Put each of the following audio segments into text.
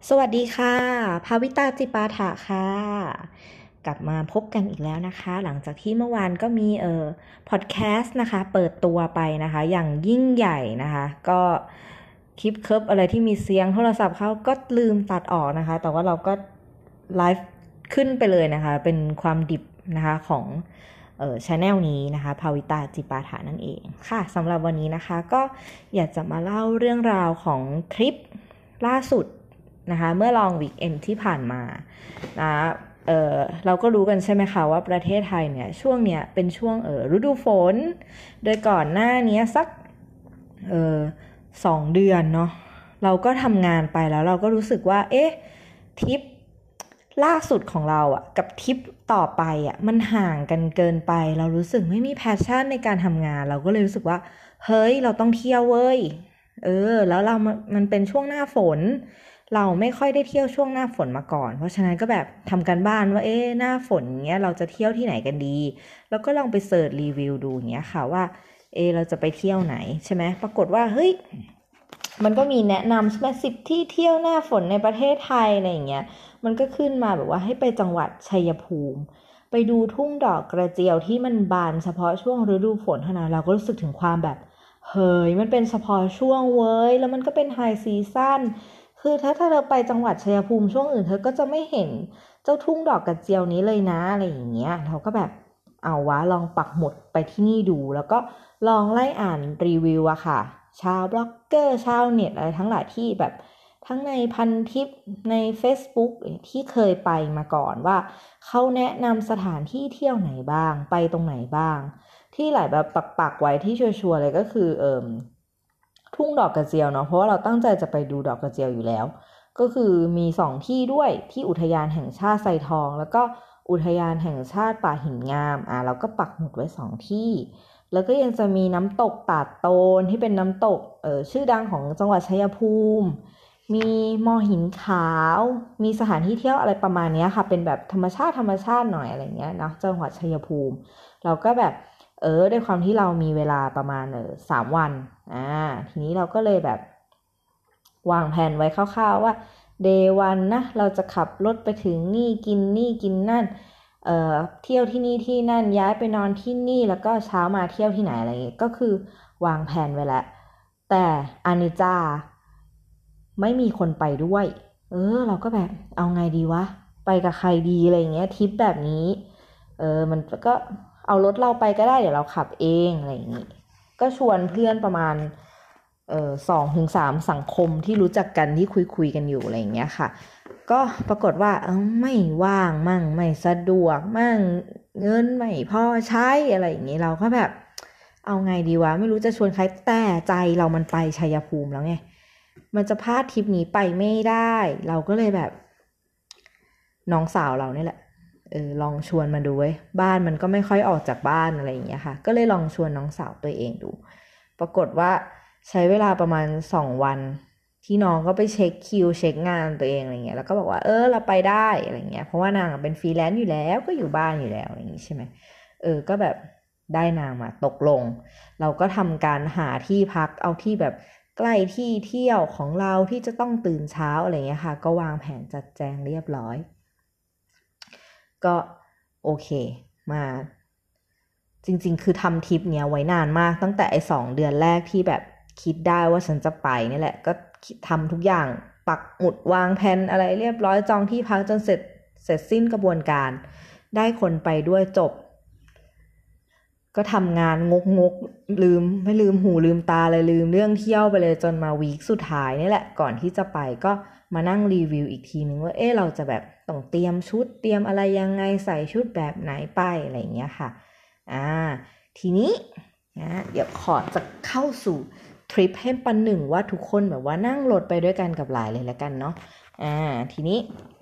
สวัสดีค่ะภาวิตาจิปาถะค่ะกลับมาพบกันอีกแล้วนะคะหลังจากที่เมื่อวานก็มีพอดแคสต์นะคะเปิดตัวไปนะคะอย่างยิ่งใหญ่นะคะก็คลิปเคิร์ฟอะไรที่มีเสียงโทรศัพท์เขาก็ลืมตัดออกนะคะแต่ว่าเราก็ไลฟ์ขึ้นไปเลยนะคะเป็นความดิบนะคะของchannel นี้นะคะภาวิตาจิปาถะนั่นเองค่ะสำหรับวันนี้นะคะก็อยากจะมาเล่าเรื่องราวของทริปล่าสุดนะคะเมื่อลองวีคเอนด์ที่ผ่านมานะเราก็รู้กันใช่ไหมคะว่าประเทศไทยเนี่ยช่วงเนี้ยเป็นช่วงฤดูฝนโดยก่อนหน้านี้สัก2 เดือนเนาะเราก็ทำงานไปแล้วเราก็รู้สึกว่าทริปล่าสุดของเราอ่ะกับทริปต่อไปอ่ะมันห่างกันเกินไปเรารู้สึกไม่มีแพชชั่นในการทำงานเราก็เลยรู้สึกว่าเฮ้ยเราต้องเที่ยวเว้ยแล้วมันเป็นช่วงหน้าฝนเราไม่ค่อยได้เที่ยวช่วงหน้าฝนมาก่อนเพราะฉะนั้นก็แบบทำกันบ้านว่าหน้าฝนเงี้ยเราจะเที่ยวที่ไหนกันดีแล้วก็ลองไปเสิร์ชรีวิวดูเงี้ยค่ะว่าเราจะไปเที่ยวไหนใช่ไหมปรากฏว่าเฮ้ยมันก็มีแนะนำใช่ไหม10 ที่เที่ยวหน้าฝนในประเทศไทยอะไรอย่างเงี้ยมันก็ขึ้นมาแบบว่าให้ไปจังหวัดชัยภูมิไปดูทุ่งดอกกระเจียวที่มันบานเฉพาะช่วงฤดูฝนเท่านั้นเราก็รู้สึกถึงความแบบเฮ้ยมันเป็นเฉพาะช่วงเว้ยแล้วมันก็เป็นไฮซีซั่นคือถ้าเธอไปจังหวัดชัยภูมิช่วงอื่นเธอก็จะไม่เห็นเจ้าทุ่งดอกกระเจียวนี้เลยนะอะไรอย่างเงี้ยเราก็แบบเอาวะลองปักหมุดไปที่นี่ดูแล้วก็ลองไล่อ่านรีวิวอะค่ะชาวบล็อกเกอร์ชาวเน็ตอะไรทั้งหลายที่แบบทั้งในพันทิปใน Facebook ที่เคยไปมาก่อนว่าเขาแนะนำสถานที่เที่ยวไหนบ้างไปตรงไหนบ้างที่หลายแบบปักไว้ที่ชัวร์ๆเลยก็คือทุ่งดอกกระเจียวเนาะเพราะว่าเราตั้งใจจะไปดูดอกกระเจียวอยู่แล้วก็คือมี2 ที่ด้วยที่อุทยานแห่งชาติไซทองแล้วก็อุทยานแห่งชาติป่าหินงามเราก็ปักหมุดไว้2 ที่แล้วก็ยังจะมีน้ำตกตาดโตนที่เป็นน้ำตกชื่อดังของจังหวัดชัยภูมิมีมอหินขาวมีสถานที่เที่ยวอะไรประมาณนี้ค่ะเป็นแบบธรรมชาติหน่อยอะไรเงี้ยนะจังหวัดชัยภูมิเราก็แบบด้วยความที่เรามีเวลาประมาณ3 วันทีนี้เราก็เลยแบบวางแผนไว้คร่าวๆว่า day 1นะเราจะขับรถไปถึงนี่กินนั่นเที่ยวที่นี่ที่นั่นย้ายไปนอนที่นี่แล้วก็เช้ามาเที่ยวที่ไหนอะไรอย่างเงี้ยก็คือวางแผนไว้แล้วแต่อานิจาไม่มีคนไปด้วยเราก็แบบเอาไงดีวะไปกับใครดีอะไรอย่างเงี้ยทริปแบบนี้มันก็เอารถเราไปก็ได้เดี๋ยวเราขับเองอะไรอย่างงี้ก็ชวนเพื่อนประมาณ2-3สังคมที่รู้จักกันที่คุยกันอยู่อะไรอย่างเงี้ยค่ะก็ปรากฏว่าไม่ว่างมั่งไม่สะดวกมั่งเงินไม่พอใช้อะไรอย่างงี้เราก็แบบเอาไงดีวะไม่รู้จะชวนใครแต่ใจเรามันไปชัยภูมิแล้วไงมันจะพลาดทริปนี้ไปไม่ได้เราก็เลยแบบน้องสาวเราเนี่ยแหละลองชวนมาดูเว้ยบ้านมันก็ไม่ค่อยออกจากบ้านอะไรอย่างเงี้ยค่ะก็เลยลองชวนน้องสาวตัวเองดูปรากฏว่าใช้เวลาประมาณ2 วันที่น้องก็ไปเช็คคิวเช็คงานตัวเองอะไรเงี้ยแล้วก็บอกว่าเราไปได้อะไรเงี้ยเพราะว่านางเป็นฟรีแลนซ์อยู่แล้วก็อยู่บ้านอยู่แล้วอย่างงี้ใช่ไหมก็แบบได้นางมาตกลงเราก็ทำการหาที่พักเอาที่แบบใกล้ที่เที่ยวของเราที่จะต้องตื่นเช้าอะไรเงี้ยค่ะก็วางแผนจัดแจงเรียบร้อยก็โอเคมาจริงๆคือทำทริปเนี้ยไว้นานมากตั้งแต่2 เดือนแรกที่แบบคิดได้ว่าฉันจะไปนี่แหละก็ทำทุกอย่างปักหมุดวางแผนอะไรเรียบร้อยจองที่พักจนเสร็จสิ้นกระบวนการได้คนไปด้วยจบก็ทำงานงกไม่ลืมหูลืมตาเลยลืมเรื่องเที่ยวไปเลยจนมาวีคสุดท้ายนี่แหละก่อนที่จะไปก็มานั่งรีวิวอีกทีนึงว่าเราจะแบบต้องเตรียมชุดเตรียมอะไรยังไงใส่ชุดแบบไหนไปอะไรอย่างเงี้ยค่ะทีนี้นะเดี๋ยวขอจะเข้าสู่ทริปให้ปันหนึ่งว่าทุกคนแบบว่านั่งรถไปด้วยกันกับหลายเลยแล้วกันเนาะทีนี้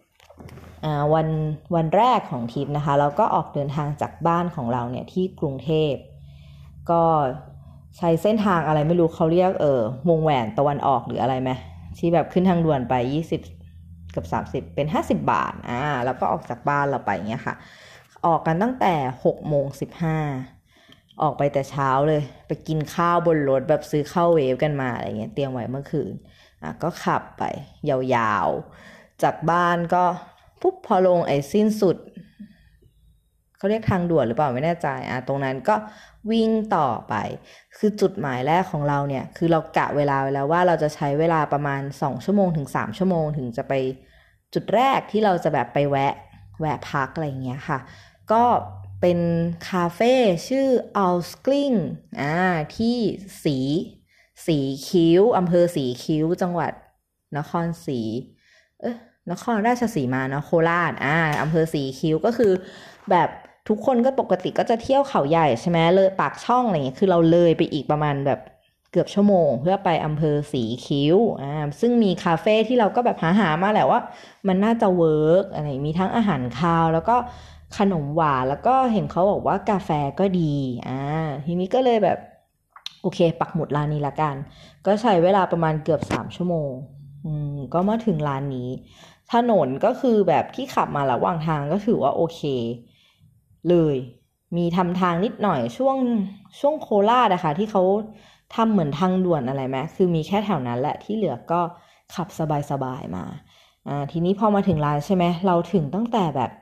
วันแรกของทริปนะคะเราก็ออกเดินทางจากบ้านของเราเนี่ยที่กรุงเทพก็ใช้เส้นทางอะไรไม่รู้เขาเรียกวงแหวนตะวันออกหรืออะไรไหมที่แบบขึ้นทางด่วนไป20กับ30เป็น50 บาทแล้วก็ออกจากบ้านเราไปอย่างเงี้ยค่ะออกกันตั้งแต่6:15ออกไปแต่เช้าเลยไปกินข้าวบนรถแบบซื้อข้าวเวฟกันมาอะไรเงี้ยเตรียมไว้เมื่อคืนก็ขับไปยาวๆจากบ้านก็ปุ๊บพอลงสิ้นสุดเขาเรียกทางด่วนหรือเปล่าไม่แน่ใจตรงนั้นก็วิ่งต่อไปคือจุดหมายแรกของเราเนี่ยคือเรากะเวลาไว้แล้วว่าเราจะใช้เวลาประมาณ2ชั่วโมงถึง3ชั่วโมงถึงจะไปจุดแรกที่เราจะแบบไปแวะพักอะไรอย่างเงี้ยค่ะก็เป็นคาเฟ่ชื่อ Alskling ที่สีคิ้วอำเภอสีคิ้วจังหวัดนครราชสีมาเนาะโคราชอำเภอสีคิ้วก็คือแบบทุกคนก็ปกติก็จะเที่ยวเขาใหญ่ใช่ไหมเลยปากช่องอะไรเงี้ยคือเราเลยไปอีกประมาณแบบเกือบชั่วโมงเพื่อไปอำเภอสีคิ้วซึ่งมีคาเฟ่ที่เราก็แบบหามาแหละว่ามันน่าจะเวิร์กอะไรมีทั้งอาหารคาวแล้วก็ขนมหวานแล้วก็เห็นเขาบอกว่ากาแฟก็ดีทีนี้ก็เลยแบบโอเคปักหมุดร้านนี้ละกันก็ใช้เวลาประมาณเกือบ3ชั่วโมงก็มาถึงร้านนี้ถนนก็คือแบบที่ขับมาระหว่างทางก็ถือว่าโอเคเลยมีทำทางนิดหน่อยช่วงโคราชนะคะที่เขาทำเหมือนทางด่วนอะไรไหมคือมีแค่แถวนั้นแหละที่เหลือก็ขับสบายๆมาทีนี้พอมาถึงร้านใช่ไหมเราถึงตั้งแต่แบบ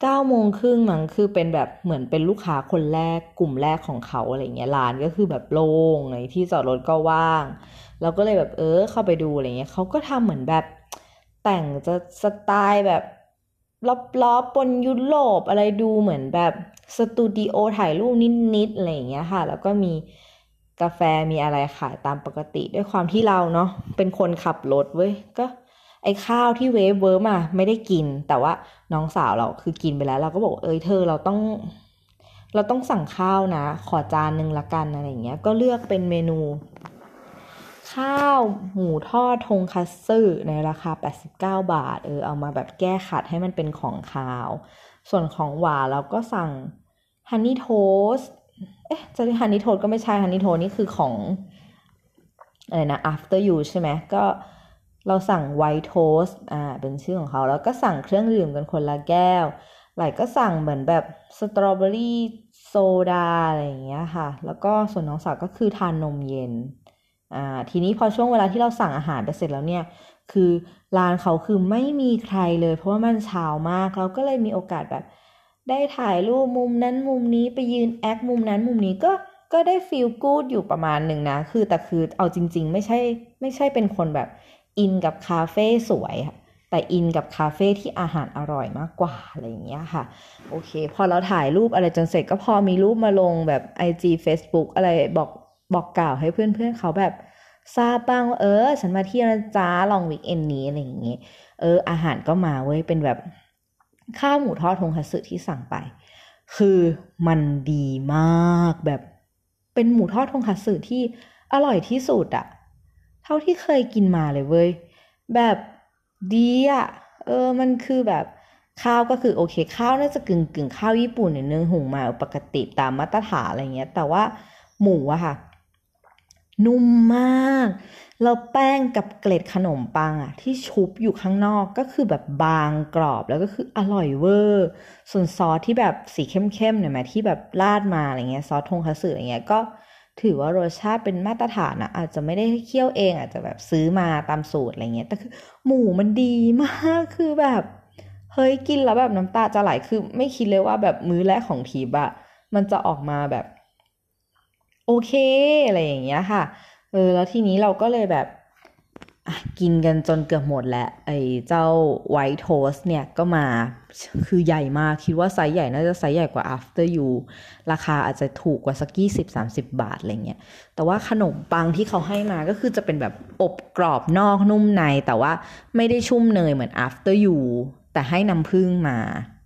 9:30มั้งคือเป็นแบบเหมือนเป็นลูกค้าคนแรกกลุ่มแรกของเขาอะไรเงี้ยร้านก็คือแบบโล่งไงที่จอดรถก็ว่างเราก็เลยแบบเข้าไปดูอะไรเงี้ยเขาก็ทำเหมือนแบบแต่งจะสไตล์แบบล้อปนยุโรปอะไรดูเหมือนแบบสตูดิโอถ่ายรูปนิดๆอะไรอย่างเงี้ยค่ะแล้วก็มีกาแฟมีอะไรขายตามปกติด้วยความที่เราเนาะเป็นคนขับรถเว้ยก็ไอ้ข้าวที่เวฟมาไม่ได้กินแต่ว่าน้องสาวเราคือกินไปแล้วเราก็บอกเธอเราต้องสั่งข้าวนะขอจานนึงละกันอะไรอย่างเงี้ยก็เลือกเป็นเมนูข้าวหมูทอดทงคัตสึในราคา89 บาทเอามาแบบแก้ขัดให้มันเป็นของคาวส่วนของหวานเราก็สั่งฮันนี่โทสจะเรียกฮันนี่โทสก็ไม่ใช่ฮันนี่โทสนี่คือของอะไรนะ after you ใช่ไหมก็เราสั่งไวท์โทสเป็นชื่อของเขาแล้วก็สั่งเครื่องดื่มกันคนละแก้วหลายก็สั่งเหมือนแบบสตรอเบอรี่โซดาอะไรอย่างเงี้ยค่ะแล้วก็ส่วนน้องสาวก็คือทานนมเย็นทีนี้พอช่วงเวลาที่เราสั่งอาหารไปเสร็จแล้วเนี่ยคือร้านเขาคือไม่มีใครเลยเพราะว่ามันเช้ามากเราก็เลยมีโอกาสแบบได้ถ่ายรูปมุมนั้นมุมนี้ไปยืนแอคมุมนั้นมุมนี้ก็ได้ฟีลกู๊ดอยู่ประมาณหนึ่งนะแต่คือเอาจริงๆไม่ใช่เป็นคนแบบอินกับคาเฟ่สวยแต่อินกับคาเฟ่ที่อาหารอร่อยมากกว่าอะไรอย่างเงี้ยค่ะโอเคพอเราถ่ายรูปอะไรจนเสร็จก็พอมีรูปมาลงแบบ IG Facebook อะไรบอกกล่าวให้เพื่อนๆเขาแบบทราบบ้างว่าฉันมาเที่ยวนะจ๊ะลองวีคเอนด์นี้อะไรอย่างเงี้ยอาหารก็มาเว้ยเป็นแบบข้าวหมูทอดทงคัตสึที่สั่งไปคือมันดีมากแบบเป็นหมูทอดทงคัตสึที่อร่อยที่สุดอะเท่าที่เคยกินมาเลยเว้ยแบบดีอะมันคือแบบข้าวก็คือโอเคข้าวน่าจะกึ่งข้าวญี่ปุ่นเนื้อหุงมาปกติตามมาตรฐานอะไรเงี้ยแต่ว่าหมูอะค่ะนุ่มมากแล้วแป้งกับเกล็ดขนมปังอะที่ชุบอยู่ข้างนอกก็คือแบบบางกรอบแล้วก็คืออร่อยเวอร์ส่วนซอสที่แบบสีเข้มๆหน่อยไหมที่แบบราดมาอะไรเงี้ยซอสทงคัตสึอะไรเงี้ยก็ถือว่ารสชาติเป็นมาตรฐานนะอาจจะไม่ได้เคี่ยวเองอาจจะแบบซื้อมาตามสูตรอะไรเงี้ยแต่คือหมูมันดีมากคือแบบเฮ้ยกินแล้วแบบน้ำตาจะไหลคือไม่คิดเลยว่าแบบมื้อแรกของทีบอะมันจะออกมาแบบโอเคอะไรอย่างเงี้ยค่ะแล้วทีนี้เราก็เลยแบบกินกันจนเกือบหมดแล้วไอ้เจ้าไวท์โทสเนี่ยก็มาคือใหญ่มากคิดว่าไซส์ใหญ่น่าจะไซส์ใหญ่กว่า after you ราคาอาจจะถูกกว่าสัก20-30 บาทอะไรเงี้ยแต่ว่าขนมปังที่เขาให้มาก็คือจะเป็นแบบอบกรอบนอกนุ่มในแต่ว่าไม่ได้ชุ่มเนยเหมือน after you แต่ให้น้ำผึ้งมา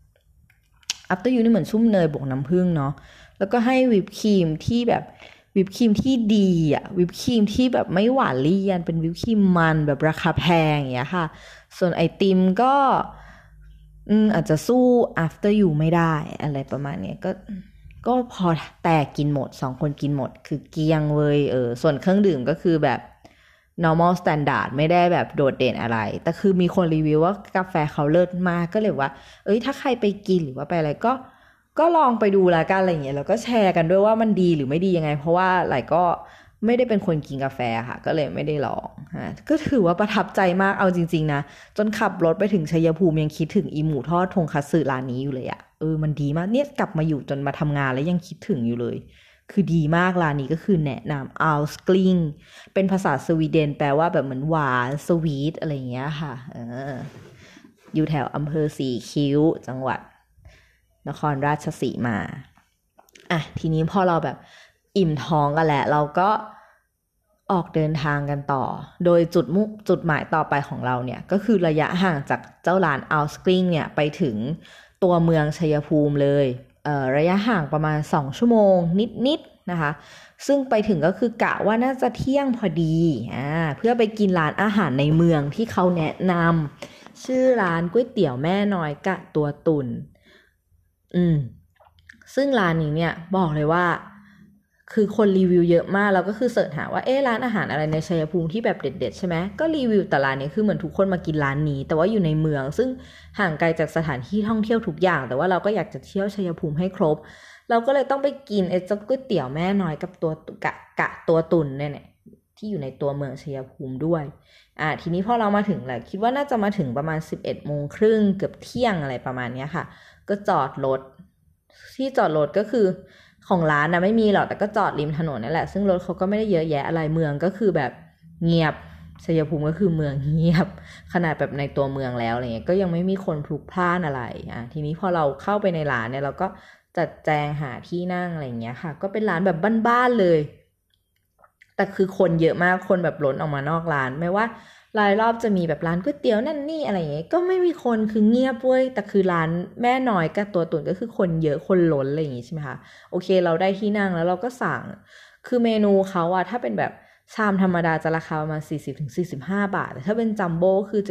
after you นี่เหมือนชุ่มเนยบวกน้ำผึ้งเนาะแล้วก็ให้วิปครีมที่แบบวิปครีมที่ดีวิปครีมที่แบบไม่หวานเลี่ยนเป็นวิปครีมมันแบบราคาแพงอย่างเงี้ยค่ะส่วนไอติมก็อาจจะสู้ after you ไม่ได้อะไรประมาณเนี้ยก็พอแต่กินหมด2คนกินหมดคือเกลี้ยงเว้ยส่วนเครื่องดื่มก็คือแบบ normal standard ไม่ได้แบบโดดเด่นอะไรแต่คือมีคนรีวิวว่ากาแฟเขาเลิศมากก็เลยว่าถ้าใครไปกินหรือว่าไปอะไรก็ลองไปดูละกันอะไรเงี้ยแล้วก็แชร์กันด้วยว่ามันดีหรือไม่ดียังไงเพราะว่าหลายก็ไม่ได้เป็นคนกินกาแฟค่ะก็เลยไม่ได้ลองก็ถือว่าประทับใจมากเอาจริงๆนะจนขับรถไปถึงชัยภูมิยังคิดถึงอีหมูทอดทงคัตสึร้านนี้อยู่เลยมันดีมากเนี่ยกลับมาอยู่จนมาทำงานแล้วยังคิดถึงอยู่เลยคือดีมากร้านนี้ก็คือแนะนำอัลสกลิงเป็นภาษาสวีเดนแปลว่าแบบเหมือนหวานสวีทอะไรอย่างเงี้ยค่ะอยู่แถวอำเภอสีคิ้วจังหวัดนครราชสีมาทีนี้พอเราแบบอิ่มท้องกันแล้วเราก็ออกเดินทางกันต่อโดยจุดหมายต่อไปของเราเนี่ยก็คือระยะห่างจากเจ้าร้านอัลสกลิงเนี่ยไปถึงตัวเมืองชัยภูมิเลยระยะห่างประมาณ2ชั่วโมงนิดนะคะซึ่งไปถึงก็คือกะว่าน่าจะเที่ยงพอดีเพื่อไปกินร้านอาหารในเมืองที่เขาแนะนำชื่อร้านก๋วยเตี๋ยวแม่น้อยกะตัวตุ่นซึ่งร้านนี้เนี่ยบอกเลยว่าคือคนรีวิวเยอะมากแล้วก็คือเสิร์ชหาว่าร้านอาหารอะไรในชัยภูมิที่แบบเด็ดๆใช่ไหมก็รีวิวแต่ร้านนี้คือเหมือนทุกคนมากินร้านนี้แต่ว่าอยู่ในเมืองซึ่งห่างไกลจากสถานที่ท่องเที่ยวทุกอย่างแต่ว่าเราก็อยากจะเที่ยวชัยภูมิให้ครบเราก็เลยต้องไปกินเจ้าก๋วยเตี๋ยวแม่น้อยกับตัวกะตัวตุ่นเนี่ยที่อยู่ในตัวเมืองชัยภูมิด้วยทีนี้พอเรามาถึงแหละคิดว่าน่าจะมาถึงประมาณ 11:30 เกือบเที่ยงอะไรประมาณนี้ค่ะก็จอดรถที่จอดรถก็คือของร้านนะไม่มีหรอกแต่ก็จอดริมถนนนั่นแหละซึ่งรถเขาก็ไม่ได้เยอะแยะอะไรเมืองก็คือแบบเงียบชัยภูมิก็คือเมืองเงียบขนาดแบบในตัวเมืองแล้วอะไรเงี้ยก็ยังไม่มีคนพลุกพล่านอะไรทีนี้พอเราเข้าไปในร้านเนี่ยเราก็จัดแจงหาที่นั่งอะไรเงี้ยค่ะก็เป็นร้านแบบบ้านๆเลยแต่คือคนเยอะมากคนแบบล้นออกมานอกร้านไม่ว่ารายรอบจะมีแบบร้านก๋วยเตี๋ยวนั่นนี่อะไรอย่างเงี้ยก็ไม่มีคนคือเงียบเว้ยแต่คือร้านแม่น้อยกับตัวตุ่นก็คือคนเยอะคนล้นอะไรอย่างงี้ใช่ไหมคะโอเคเราได้ที่นั่งแล้วเราก็สั่งคือเมนูเขาถ้าเป็นแบบชามธรรมดาจะราคาประมาณ 40-45 บาทแต่ถ้าเป็นจัมโบ้คือ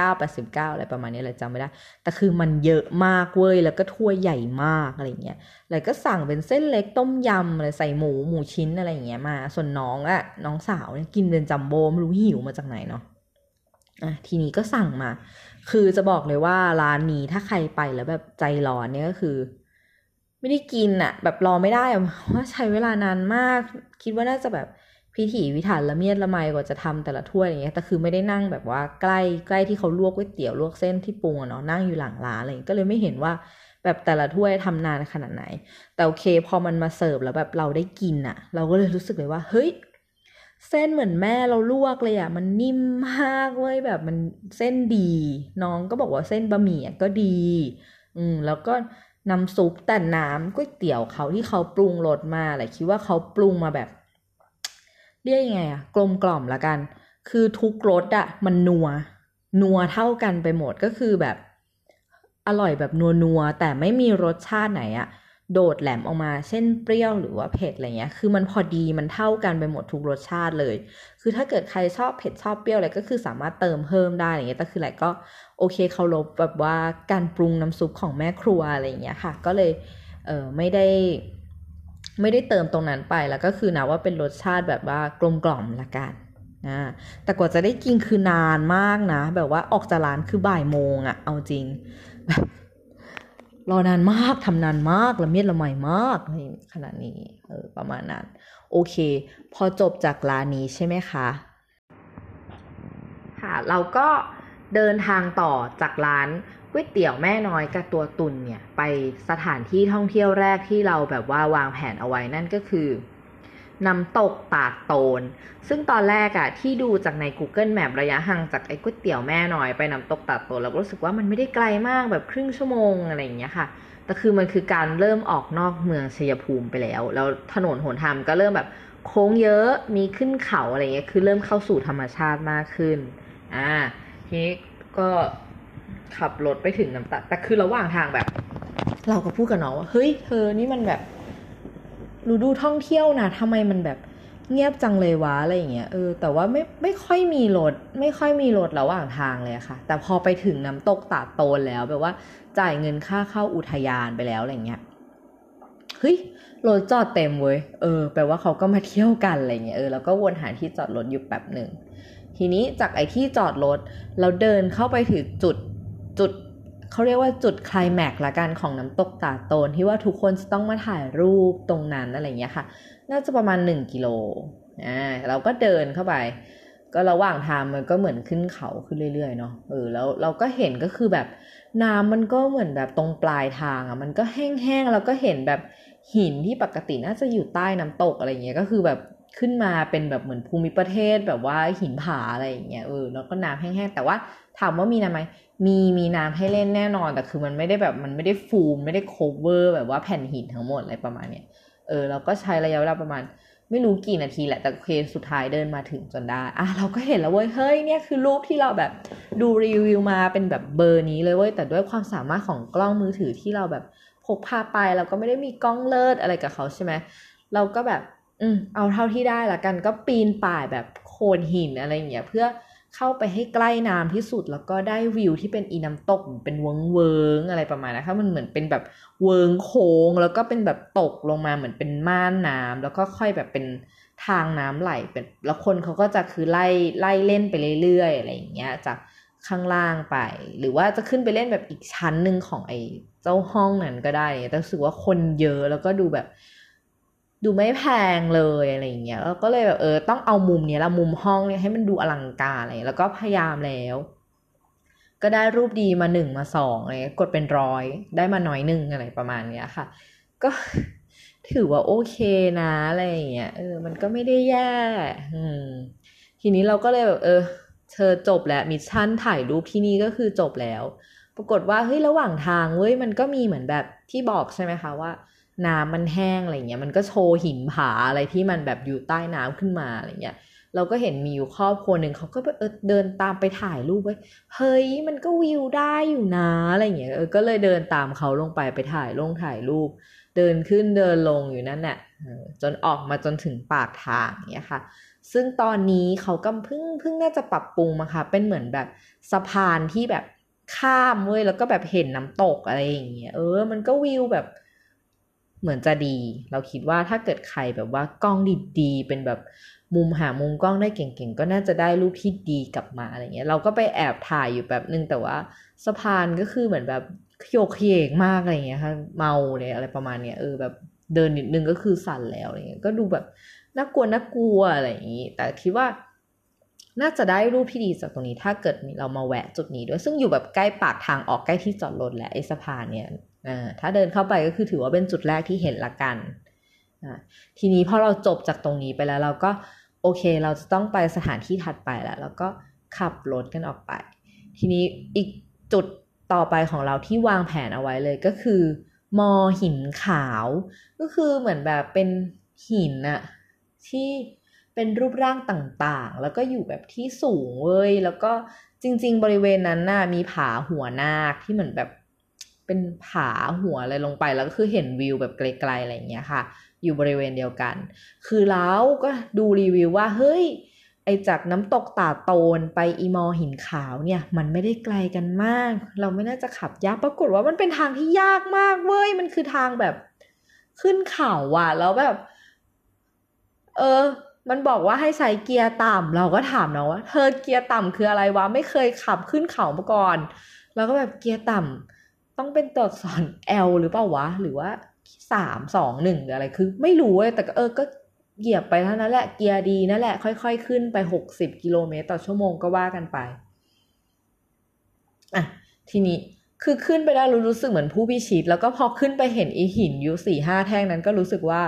79-89อะไรประมาณนี้เลยจำไม่ได้แต่คือมันเยอะมากเว้ยแล้วก็ถ้วยใหญ่มากอะไรอย่างเงี้ยแล้วก็สั่งเป็นเส้นเล็กต้มยำอะไรใส่หมูชิ้นอะไรอย่างเงี้ยมาส่วนน้องสาวเนี่ยกินเป็นจัมโบ้ไม่รู้หิวมาจากไหนเนาะทีนี้ก็สั่งมาคือจะบอกเลยว่าร้านนี้ถ้าใครไปแล้วแบบใจร้อนเนี่ยก็คือไม่ได้กินแบบรอไม่ได้เพราะว่าใช้เวลานานมากคิดว่าน่าจะแบบพิถีพิถันละเมียดละไมกว่าจะทำแต่ละถ้วยอย่างเงี้ยแต่คือไม่ได้นั่งแบบว่าใกล้ที่เขาลวกก๋วยเตี๋ยวลวกเส้นที่ปรุงเนาะนั่งอยู่หลังร้านอะไรก็เลยไม่เห็นว่าแบบแต่ละถ้วยทำนานขนาดไหนแต่โอเคพอมันมาเสิร์ฟแล้วแบบเราได้กินเราก็เลยรู้สึกเลยว่าเฮ้ยเส้นเหมือนแม่เราลวกเลยมันนิ่มมากเว้ยแบบมันเส้นดีน้องก็บอกว่าเส้นบะหมี่ก็ดีแล้วก็น้ำซุปแต่น้ำก๋วยเตี๋ยวเขาที่เขาปรุงรสมาแหละคิดว่าเขาปรุงมาแบบเรียกยังไงกลมกล่อมละกันคือทุกรสมันนัวเท่ากันไปหมดก็คือแบบอร่อยแบบนัวแต่ไม่มีรสชาติไหนโดดแหลมออกมาเช่นเปรี้ยวหรือว่าเผ็ดอะไรเงี้ยคือมันพอดีมันเท่ากันไปหมดทุกรสชาติเลยคือถ้าเกิดใครชอบเผ็ดชอบเปรี้ยวอะไรก็คือสามารถเติมเพิ่มได้อะไรเงี้ยแต่คือแหละก็โอเคเคารพแบบว่าการปรุงน้ำซุปของแม่ครัวอะไรเงี้ยค่ะก็เลยไม่ได้เติมตรงนั้นไปแล้วก็คือนะว่าเป็นรสชาติแบบว่ากลมกล่อมละกันแต่กว่าจะได้กินคือนานมากนะแบบว่าออกจากร้านคือบ่ายโมงเอาจริงแบบรอนานมากทำนานมากละเมียดละไมมากในขนาดนี้ประมาณนั้นโอเคพอจบจากร้านนี้ใช่ไหมคะค่ะเราก็เดินทางต่อจากร้านก๋วยเตี๋ยวแม่น้อยกับตัวตุ่นเนี่ยไปสถานที่ท่องเที่ยวแรกที่เราแบบว่าวางแผนเอาไว้นั่นก็คือน้ำตกตาดโตนซึ่งตอนแรกที่ดูจากใน Google Map ระยะห่างจากไอ้ก๋วยเตี๋ยวแม่น้อยไปน้ำตกตาดโตนเราก็รู้สึกว่ามันไม่ได้ไกลมากแบบครึ่งชั่วโมงอะไรอย่างเงี้ยค่ะแต่คือมันคือการเริ่มออกนอกเมืองชัยภูมิไปแล้วถนนหนทางก็เริ่มแบบโค้งเยอะมีขึ้นเขาอะไรเงี้ยคือเริ่มเข้าสู่ธรรมชาติมากขึ้นทีนี้ก็ขับรถไปถึงน้ำตกแต่คือระหว่างทางแบบเราก็พูดกับน้องว่าเฮ้ยเธอนี่มันแบบฤดูท่องเที่ยวนะทำไมมันแบบเงียบจังเลยวะอะไรอย่างเงี้ยแต่ว่าไม่ค่อยมีรถระหว่างทางเลยค่ะแต่พอไปถึงน้ำตกตาดโตนแล้วแบบว่าจ่ายเงินค่าเข้าอุทยานไปแล้วอะไรเงี้ยเฮ้ยรถจอดเต็มเว้ยแปลว่าเขาก็มาเที่ยวกันอะไรเงี้ยแล้วก็วนหาที่จอดรถอยู่แป๊บนึงทีนี้จากไอ้ที่จอดรถเราเดินเข้าไปถึงจุดเขาเรียกว่าจุดไคลแม็กซ์ละกันของน้ำตกตาดโตนที่ว่าทุกคนจะต้องมาถ่ายรูปตรงนั้นอะไรเงี้ยค่ะน่าจะประมาณ1 กิโลเราก็เดินเข้าไปก็ระหว่างทางมันก็เหมือนขึ้นเขาขึ้นเรื่อยๆเนาะแล้วเราก็เห็นก็คือแบบน้ำมันก็เหมือนแบบตรงปลายทางมันก็แห้งๆแล้วก็เห็นแบบหินที่ปกติน่าจะอยู่ใต้น้ำตกอะไรเงี้ยก็คือแบบขึ้นมาเป็นแบบเหมือนภูมิประเทศแบบว่าหินผาอะไรอย่างเงี้ยแล้วก็น้ำแห้งๆแต่ว่าถามว่ามีน้ำไหมมีน้ำให้เล่นแน่นอนแต่คือมันไม่ได้แบบมันไม่ได้ฟูมไม่ได้โคเวอร์แบบว่าแผ่นหินทั้งหมดอะไรประมาณเนี้ยเราก็ใช้ระยะเวลาประมาณไม่รู้กี่นาทีแหละแต่เคสุดท้ายเดินมาถึงจนได้เราก็เห็นแล้วเว้ยเฮ้ยเนี่ยคือรูปที่เราแบบดูรีวิวมาเป็นแบบเบอร์นี้เลยเว้ยแต่ด้วยความสามารถของกล้องมือถือที่เราแบบพกพาไปเราก็ไม่ได้มีกล้องเลิศอะไรกับเขาใช่ไหมเราก็แบบเอาเท่าที่ได้ละกันก็ปีนป่ายแบบโขดหินอะไรอย่างเงี้ยเพื่อเข้าไปให้ใกล้น้ำที่สุดแล้วก็ได้วิวที่เป็นอีน้ำตกเป็นเวิ้งอะไรประมาณนั้นมันเหมือนเป็นแบบเวิ้งโค้งแล้วก็เป็นแบบตกลงมาเหมือนเป็นม่านน้ำแล้วก็ค่อยแบบเป็นทางน้ำไหลเป็นแล้วคนเขาก็จะคือไล่เล่นไปเรื่อยๆอะไรอย่างเงี้ยจากข้างล่างไปหรือว่าจะขึ้นไปเล่นแบบอีกชั้นนึงของไอ้เจ้าห้องนั้นก็ได้แต่รู้สึกว่าคนเยอะแล้วก็ดูแบบดูไม่แพงเลยอะไรอย่างเงี้ยแล้วก็เลยแบบต้องเอามุมเนี้ยละมุมห้องเนี่ยให้มันดูอลังการอะไรแล้วก็พยายามแล้วก็ได้รูปดีมา1มา2อะไรกดเป็น100ได้มาน้อย1อะไรประมาณเนี้ยค่ะก็ถือว่าโอเคนะอะไรอย่างเงี้ยมันก็ไม่ได้แย่ทีนี้เราก็เลยแบบเธอจบแล้วมิชชั่นถ่ายรูปที่นี่ก็คือจบแล้วปรากฏว่าเฮ้ยระหว่างทางเว้ยมันก็มีเหมือนแบบที่บอกใช่ไหมคะว่าน้ำมันแห้งอะไรเงี้ยมันก็โชว์หินผาอะไรที่มันแบบอยู่ใต้น้ำขึ้นมาอะไรเงี้ยเราก็เห็นมีอยู่ครอบครัวหนึ่งเขาก็เดินตามไปถ่ายรูปไว้เฮ้ยมันก็วิวได้อยู่นะอะไรเงี้ยก็เลยเดินตามเขาลงไปถ่ายรูปเดินขึ้นเดินลงอยู่นั่นแหละจนออกมาจนถึงปากทางเนี้ยค่ะซึ่งตอนนี้เขาก็เพิ่งน่าจะปรับปรุงมาค่ะเป็นเหมือนแบบสะพานที่แบบข้ามเว้ยแล้วก็แบบเห็นน้ำตกอะไรอย่างเงี้ยมันก็วิวแบบเหมือนจะดีเราคิดว่าถ้าเกิดใครแบบว่ากล้องดีๆเป็นแบบหามุมกล้องได้เก่งๆก็น่าจะได้รูปที่ดีกลับมาอะไรเงี้ยเราก็ไปแอบถ่ายอยู่แบบนึงแต่ว่าสะพานก็คือเหมือนแบบโยกเยกมากอะไรเงี้ยค่ะเมาเลยอะไรประมาณเนี้ยแบบเดินนิดนึงก็คือสั่นแล้วอะไรเงี้ยก็ดูแบบน่ากลัวอะไรอย่างนี้แต่คิดว่าน่าจะได้รูปที่ดีจากตรงนี้ถ้าเกิดเรามาแวะจุดนี้ด้วยซึ่งอยู่แบบใกล้ปากทางออกใกล้ที่จอดรถแหละไอ้สะพานเนี่ยถ้าเดินเข้าไปก็คือถือว่าเป็นจุดแรกที่เห็นละกันทีนี้พอเราจบจากตรงนี้ไปแล้วเราก็โอเคเราจะต้องไปสถานที่ถัดไปแล้วก็ขับรถกันออกไปทีนี้อีกจุดต่อไปของเราที่วางแผนเอาไว้เลยก็คือมอหินขาวก็คือเหมือนแบบเป็นหินอะที่เป็นรูปร่างต่างๆแล้วก็อยู่แบบที่สูงเว้ยแล้วก็จริงๆบริเวณนั้นน่ะมีผาหัวนาคที่เหมือนแบบเป็นผาหัวอะไรลงไปแล้วก็คือเห็นวิวแบบไกลๆอะไรอย่างเงี้ยค่ะอยู่บริเวณเดียวกันคือเราก็ดูรีวิวว่าเฮ้ยไอจากน้ำตกตาโตนไปอีมอหินขาวเนี่ยมันไม่ได้ไกลกันมากเราไม่น่าจะขับยากปรากฏว่ามันเป็นทางที่ยากมากเว้ยมันคือทางแบบขึ้นเขาอะแล้วแบบมันบอกว่าให้ใช้เกียร์ต่ำเราก็ถามน้องว่าเธอเกียร์ต่ำคืออะไรวะไม่เคยขับขึ้นเขามาก่อนแล้วก็แบบเกียร์ต่ำต้องเป็นตัวอักษร L หรือเปล่าวะหรือว่า3 2 1หรืออะไรคือไม่รู้เลยแต่ก็เหยียบไปเท่านั้นแหละเกียร์ดีนั่นแหละค่อยๆขึ้นไป60 กิโลเมตรต่อชั่วโมงก็ว่ากันไปทีนี้คือขึ้นไปได้รู้สึกเหมือนผู้พิชิตแล้วก็พอขึ้นไปเห็นอีหินอยู่4-5แท่งนั้นก็รู้สึกว่า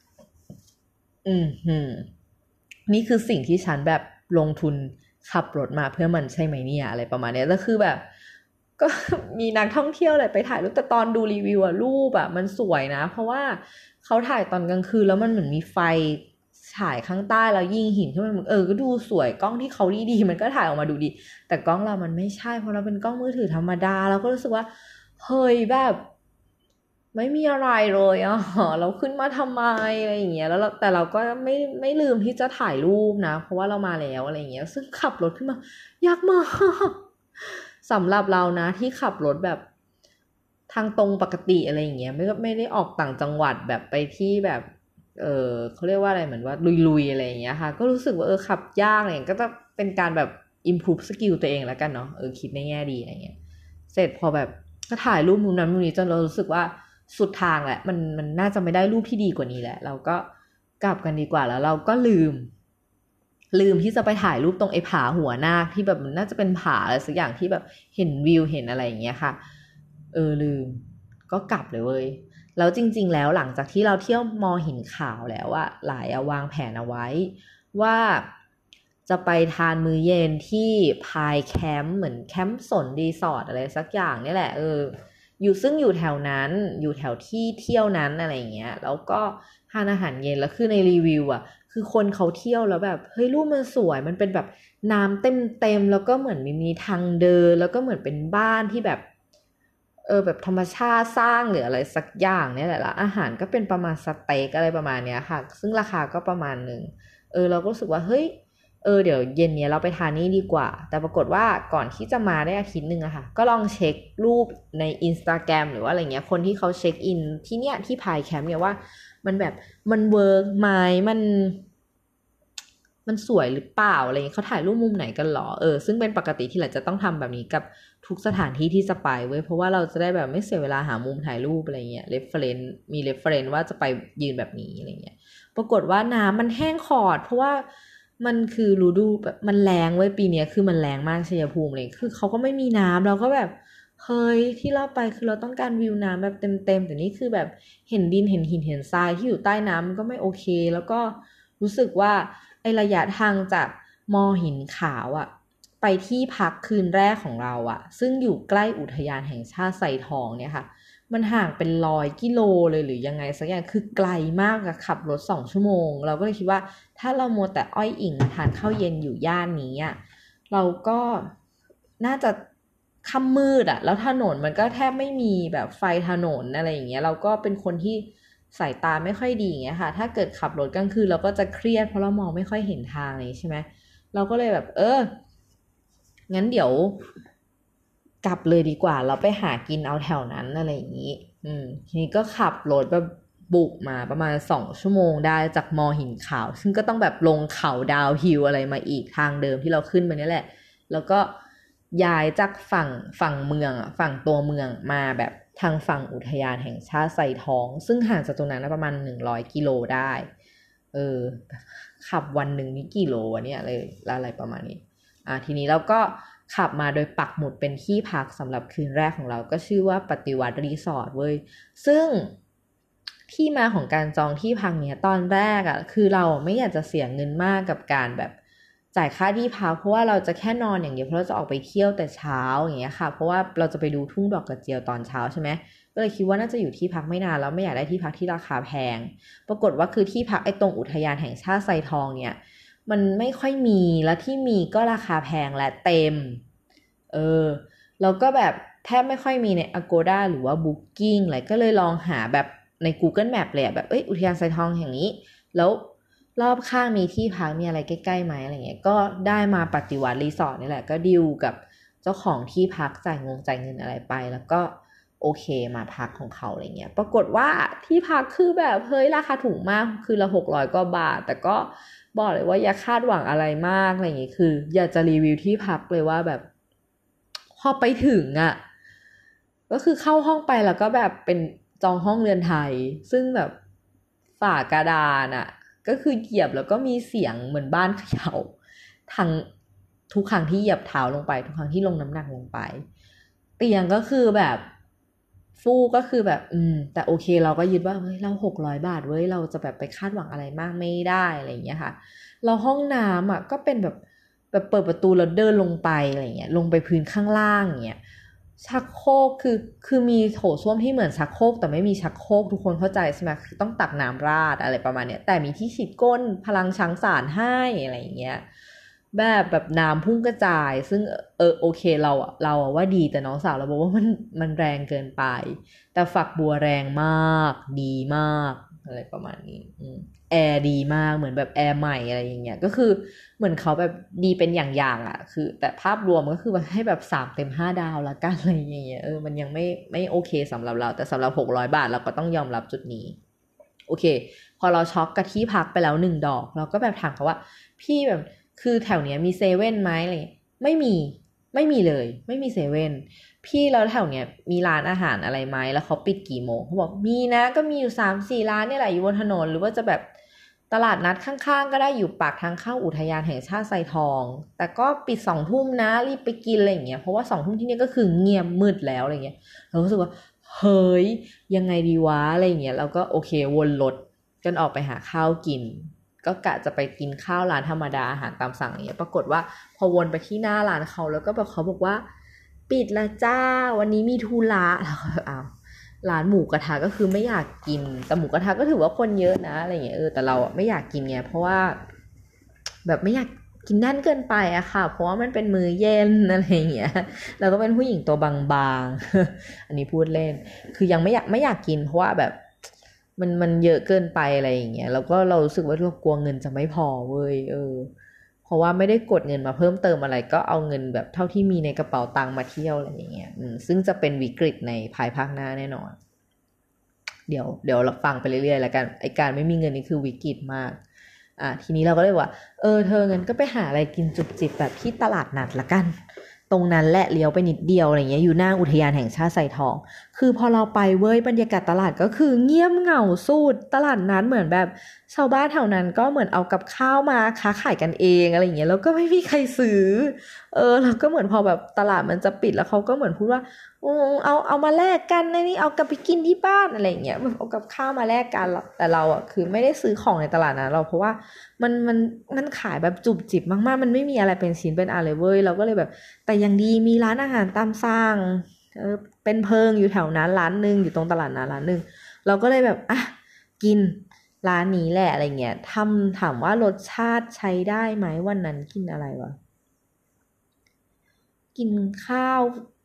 นี่คือสิ่งที่ฉันแบบลงทุนขับรถมาเพื่อมันใช่ไหมเนี่ยอะไรประมาณนี้แล้วคือแบบก็มีนักท่องเที่ยวอะไรไปถ่ายรูปแต่ตอนดูรีวิวรูปมันสวยนะเพราะว่าเขาถ่ายตอนกลางคืนแล้วมันเหมือนมีไฟฉายข้างใต้แล้วยิงหินขึ้นมาก็ดูสวยกล้องที่เขาดีมันก็ถ่ายออกมาดูดีแต่กล้องเรามันไม่ใช่เพราะเราเป็นกล้องมือถือธรรมดาเราก็รู้สึกว่าเฮ้ยแบบไม่มีอะไรเลยเราขึ้นมาทำไมอะไรอย่างเงี้ยแล้วแต่เราก็ไม่ลืมที่จะถ่ายรูปนะเพราะว่าเรามาแล้วอะไรอย่างเงี้ยซึ่งขับรถขึ้นมายากมากสำหรับเรานะที่ขับรถแบบทางตรงปกติอะไรอย่างเงี้ยไม่ได้ออกต่างจังหวัดแบบไปที่แบบเขาเรียกว่าอะไรเหมือนว่าลุยๆอะไรอย่างเงี้ยค่ะก็รู้สึกว่าขับยากอะไรอย่างเงี้ยก็จะเป็นการแบบ improve skill ตัวเองแล้วกันเนาะคิดในแง่ดีอะไรเงี้ยเสร็จพอแบบก็ถ่ายรูปมุมนั้นมุมนี้จนเรารู้สึกว่าสุดทางแหละมันน่าจะไม่ได้รูปที่ดีกว่านี้แหละเราก็กลับกันดีกว่าแล้วเราก็ลืมลืมที่จะไปถ่ายรูปตรงไอ้ผาหัวนาคที่แบบมันน่าจะเป็นผาอะไรสักอย่างที่แบบเห็นวิวเห็นอะไรอย่างเงี้ยค่ะลืมก็กลับเลยเว้ยแล้วจริงๆแล้วหลังจากที่เราเที่ยวมอหินขาวแล้วอะหลายวางแผนเอาไว้ว่าจะไปทานมื้อเย็นที่พายแคมป์เหมือนแคมป์สนรีสอร์ทอะไรสักอย่างนี่แหละอยู่ซึ่งอยู่แถวนั้นอยู่แถวที่เที่ยวนั้นอะไรอย่างเงี้ยแล้วก็ทานอาหารเย็นแล้วคือในรีวิวอะคือคนเขาเที่ยวแล้วแบบเฮ้ยรูปมันสวยมันเป็นแบบน้ำเต็มแล้วก็เหมือนมีทางเดินแล้วก็เหมือนเป็นบ้านที่แบบแบบธรรมชาติสร้างหรืออะไรสักอย่างเนี่ยแหละแล้วอาหารก็เป็นประมาณสเต็กอะไรประมาณเนี้ยค่ะซึ่งราคาก็ประมาณนึงเราก็รู้สึกว่าเฮ้ยเดี๋ยวเย็นเนี้ยเราไปทานนี่ดีกว่าแต่ปรากฏว่าก่อนที่จะมาได้อาทิตย์นึงอะค่ะก็ลองเช็ครูปใน Instagram หรือว่าอะไรเงี้ยคนที่เขาเช็คอินที่เนี้ยที่พายแคมป์เนี่ยว่ามันแบบมันเวิร์กไหมมันสวยหรือเปล่าอะไรเงี้ยเขาถ่ายรูปมุมไหนกันหรอซึ่งเป็นปกติที่เราจะต้องทำแบบนี้กับทุกสถานที่ที่จะไปเว้ยเพราะว่าเราจะได้แบบไม่เสียเวลาหามุมถ่ายรูปอะไรเงี้ยมีเรฟเฟรนซ์ว่าจะไปยืนแบบนี้อะไรเงี้ยปรากฏว่าน้ำมันแห้งขอดเพราะว่ามันคือฤดูแบบมันแรงเว้ยปีนี้คือมันแรงมากชัยภูมิเลยคือเขาก็ไม่มีน้ำเราก็แบบเฮ้ยที่เราไปคือเราต้องการวิวน้ำแบบเต็มแต่นี่คือแบบเห็นดินเห็นหินเห็นทรายที่อยู่ใต้น้ำมันก็ไม่โอเคแล้วก็รู้สึกว่าไอระยะทางจากมอหินขาวอะไปที่พักคืนแรกของเราอะซึ่งอยู่ใกล้อุทยานแห่งชาติไซทองเนี่ยค่ะมันห่างเป็น100 กิโลเลยหรือยังไงสักอย่างคือไกลมากอะขับรถ2 ชั่วโมงเราก็เลยคิดว่าถ้าเรามัวแต่อ้อยอิงทานข้าวเย็นอยู่ย่านนี้อะเราก็น่าจะค่ำมืดอะแล้วถนนมันก็แทบไม่มีแบบไฟถนนอะไรอย่างเงี้ยเราก็เป็นคนที่สายตาไม่ค่อยดีอย่างเงี้ยค่ะถ้าเกิดขับรถกลางคืนเราก็จะเครียดเพราะเรามองไม่ค่อยเห็นทางเลยใช่ไหมเราก็เลยแบบงั้นเดี๋ยวกลับเลยดีกว่าเราไปหากินเอาแถวนั้นอะไรอย่างนี้ทีนี้ก็ขับรถแบบบุกมาประมาณ2 ชั่วโมงได้จากมอหินขาวซึ่งก็ต้องแบบลงเขาดาวฮิลอะไรมาอีกทางเดิมที่เราขึ้นมานี่แหละแล้วก็ย้ายจากฝั่งเมืองฝั่งตัวเมืองมาแบบทางฝั่งอุทยานแห่งชาติไซทองซึ่งห่างจากตรงนั้นประมาณ100 กิโลได้ขับวันหนึ่งนี่กี่โลวะเนี่ยเลยอะไรประมาณนี้ทีนี้เราก็ขับมาโดยปักหมุดเป็นที่พักสำหรับคืนแรกของเราก็ชื่อว่าปฏิวัติรีสอร์ทเว้ยซึ่งที่มาของการจองที่พักเนี่ยตอนแรกคือเราไม่อยากจะเสียเงินมากกับการแบบจ่ายค่าที่พักเพราะว่าเราจะแค่นอนอย่างเดียวเพราะเราจะออกไปเที่ยวแต่เช้าอย่างเงี้ยค่ะเพราะว่าเราจะไปดูทุ่งดอกกระเจียวตอนเช้าใช่ไหมก็เลยคิดว่าน่าจะอยู่ที่พักไม่นานแล้วไม่อยากได้ที่พักที่ราคาแพงปรากฏว่าคือที่พักไอ้ตรงอุทยานแห่งชาติไซทองเนี่ยมันไม่ค่อยมีแล้วที่มีก็ราคาแพงและเต็มแล้วก็แบบแทบไม่ค่อยมีใน Agoda หรือว่า Booking อะไรก็เลยลองหาแบบใน Google Map เลยแบบอุทยานไซทองแห่งนี้แล้วรอบข้างมีที่พักมีอะไรใกล้ๆไหมอะไรเงี้ยก็ได้มาปฏิวัติรีสอร์ทนี่แหละก็ดีลกับเจ้าของที่พักจ่ายเงินอะไรไปแล้วก็โอเคมาพักของเขาอะไรเงี้ยปรากฏว่าที่พักคือแบบเฮ้ยราคาถูกมากคือละ600 กว่าบาทแต่ก็บอกเลยว่าอย่าคาดหวังอะไรมากอะไรอย่างงี้คืออยากจะรีวิวที่พักเลยว่าแบบพอไปถึงก็คือเข้าห้องไปแล้วก็แบบเป็นจองห้องเรือนไทยซึ่งแบบฝากระดานก็คือเหยียบแล้วก็มีเสียงเหมือนบ้านเขย่าทั้งทุกครั้งที่เหยียบเท้าลงไปทุกครั้งที่ลงน้ำหนักลงไปเตียงก็คือแบบฟูกก็คือแบบแต่โอเคเราก็ยึดว่าเฮ้ยเรา600 บาทเว้ยเราจะแบบไปคาดหวังอะไรมากไม่ได้อะไรอย่างเงี้ยค่ะเราห้องน้ำก็เป็นแบบเปิดประตูแล้วเดินลงไปอะไรเงี้ยลงไปพื้นข้างล่างอย่างเงี้ยชักโครกคือมีโถส้วมที่เหมือนชักโครกแต่ไม่มีชักโครกทุกคนเข้าใจใช่ไหมคือต้องตักน้ำราดอะไรประมาณเนี้ยแต่มีที่ฉีดก้นพลังช้างสารให้อะไรอย่างเงี้ยแบบน้ำพุ่งกระจายซึ่งโอเคเราว่าดีแต่น้องสาวเราบอกว่ามันแรงเกินไปแต่ฝักบัวแรงมากดีมากอะไรประมาณนี้แอร์ดีมากเหมือนแบบแอร์ใหม่อะไรอย่างเงี้ยก็คือเหมือนเขาแบบดีเป็นอย่างคือแต่ภาพรวมก็คือให้แบบ3 เต็ม 5 ดาวละกันอะไรอย่างเงี้ยมันยังไม่โอเคสำหรับเราแต่สำหรับ600 บาทเราก็ต้องยอมรับจุดนี้โอเคพอเราช็อกกับที่พักไปแล้ว1 ดอกเราก็แบบถามเขาว่าพี่แบบคือแถวเนี้ยมีเซเว่นไหมอะไรไม่มีเลยไม่มีเซเว่นพี่แล้วแถวเนี้ยมีร้านอาหารอะไรไหมแล้วเขาปิดกี่โมงเขาบอกมีนะก็มีอยู่3-4 ร้านเนี่ยแหละอยู่บนถนนหรือว่าจะแบบตลาดนัดข้างๆก็ได้อยู่ปากทางเข้าอุทยานแห่งชาติไซทองแต่ก็ปิด2 ทุ่มนะรีบไปกินอะไรอย่างเงี้ยเพราะว่า2 ทุ่มที่นี่ก็คือเงียบมืดแล้วอะไรเงี้ยเรารู้สึกว่าเฮ้ยยังไงดีวะอะไรเงี้ยเราก็โอเควนรถกันออกไปหาข้าวกินก็กะจะไปกินข้าวร้านธรรมดาอาหารตามสั่งอย่างเงี้ยปรากฏว่าพอวนไปที่หน้าร้านเขาแล้วก็แบบเขาบอกว่าปิดละจ้าวันนี้มีธุระแล้วก็อ้าวร้านหมูกระทะก็คือไม่อยากกินแต่หมูกระทะก็ถือว่าคนเยอะนะอะไรเงี้ยแต่เราไม่อยากกินไงเพราะว่าแบบไม่อยากกินแน่นเกินไปอะค่ะเพราะว่ามันเป็นมื้อเย็นอะไรเงี้ยเราก็เป็นผู้หญิงตัวบางๆ อันนี้พูดเล่นคือยังไม่อยากกินเพราะว่าแบบมันเยอะเกินไปอะไรอย่างเงี้ยแล้วก็เรารู้สึกว่าเรากลัวเงินจะไม่พอเว้ยเพราะว่าไม่ได้กดเงินมาเพิ่มเติมอะไรก็เอาเงินแบบเท่าที่มีในกระเป๋าตังค์มาเที่ยวอะไรอย่างเงี้ยซึ่งจะเป็นวิกฤตในภายภาคหน้าแน่นอนเดี๋ยวเราฟังไปเรื่อยๆแล้วกันไอการไม่มีเงินนี่คือวิกฤตมากทีนี้เราก็เลยว่าเธองั้นก็ไปหาอะไรกินจุบจิบแบบที่ตลาดนัดละกันตรงนั้นแหละเลี้ยวไปนิดเดียวอะไรเงี้ยอยู่หน้าอุทยานแห่งชาติไซทองคือพอเราไปเว้ยบรรยากาศตลาดก็คือเงียบเหงาสุดตลาดนัดเหมือนแบบชาวบ้านแถวนั้นก็เหมือนเอากับข้าวมาค้าขายกันเองอะไรเงี้ยแล้วก็ไม่มีใครซื้อแล้วก็เหมือนพอแบบตลาดมันจะปิดแล้วเขาก็เหมือนพูดว่าเอามาแลกกันนี่เอากลับไปกินที่บ้านอะไรเงี้ยแบบเอากับข้าวมาแลกกันแต่เราคือไม่ได้ซื้อของในตลาดนั้นเราเพราะว่ามันขายแบบจุบจิบมากๆมันไม่มีอะไรเป็นชิ้นเป็นอันเลยเว้ยเราก็เลยแบบแต่ยังดีมีร้านอาหารตามสั่งเป็นเพิงอยู่แถวนั้นร้านนึงอยู่ตรงตลาดนั้นร้านนึงเราก็เลยแบบกินร้านนี้แหละอะไรเงี้ยถามว่ารสชาติใช้ได้ไหมวันนั้นกินอะไรวะกินข้าว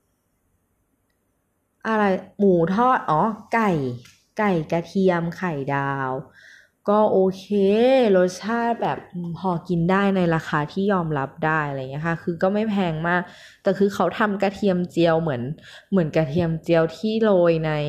อะไรหมูทอดไก่กระเทียมไข่ดาวก็โอเครสชาติแบบพอกินได้ในราคาที่ยอมรับได้อะไรเงี้ยค่ะคือก็ไม่แพงมากแต่คือเขาทำกระเทียมเจียวเหมือนกระเทียมเจียวที่โรย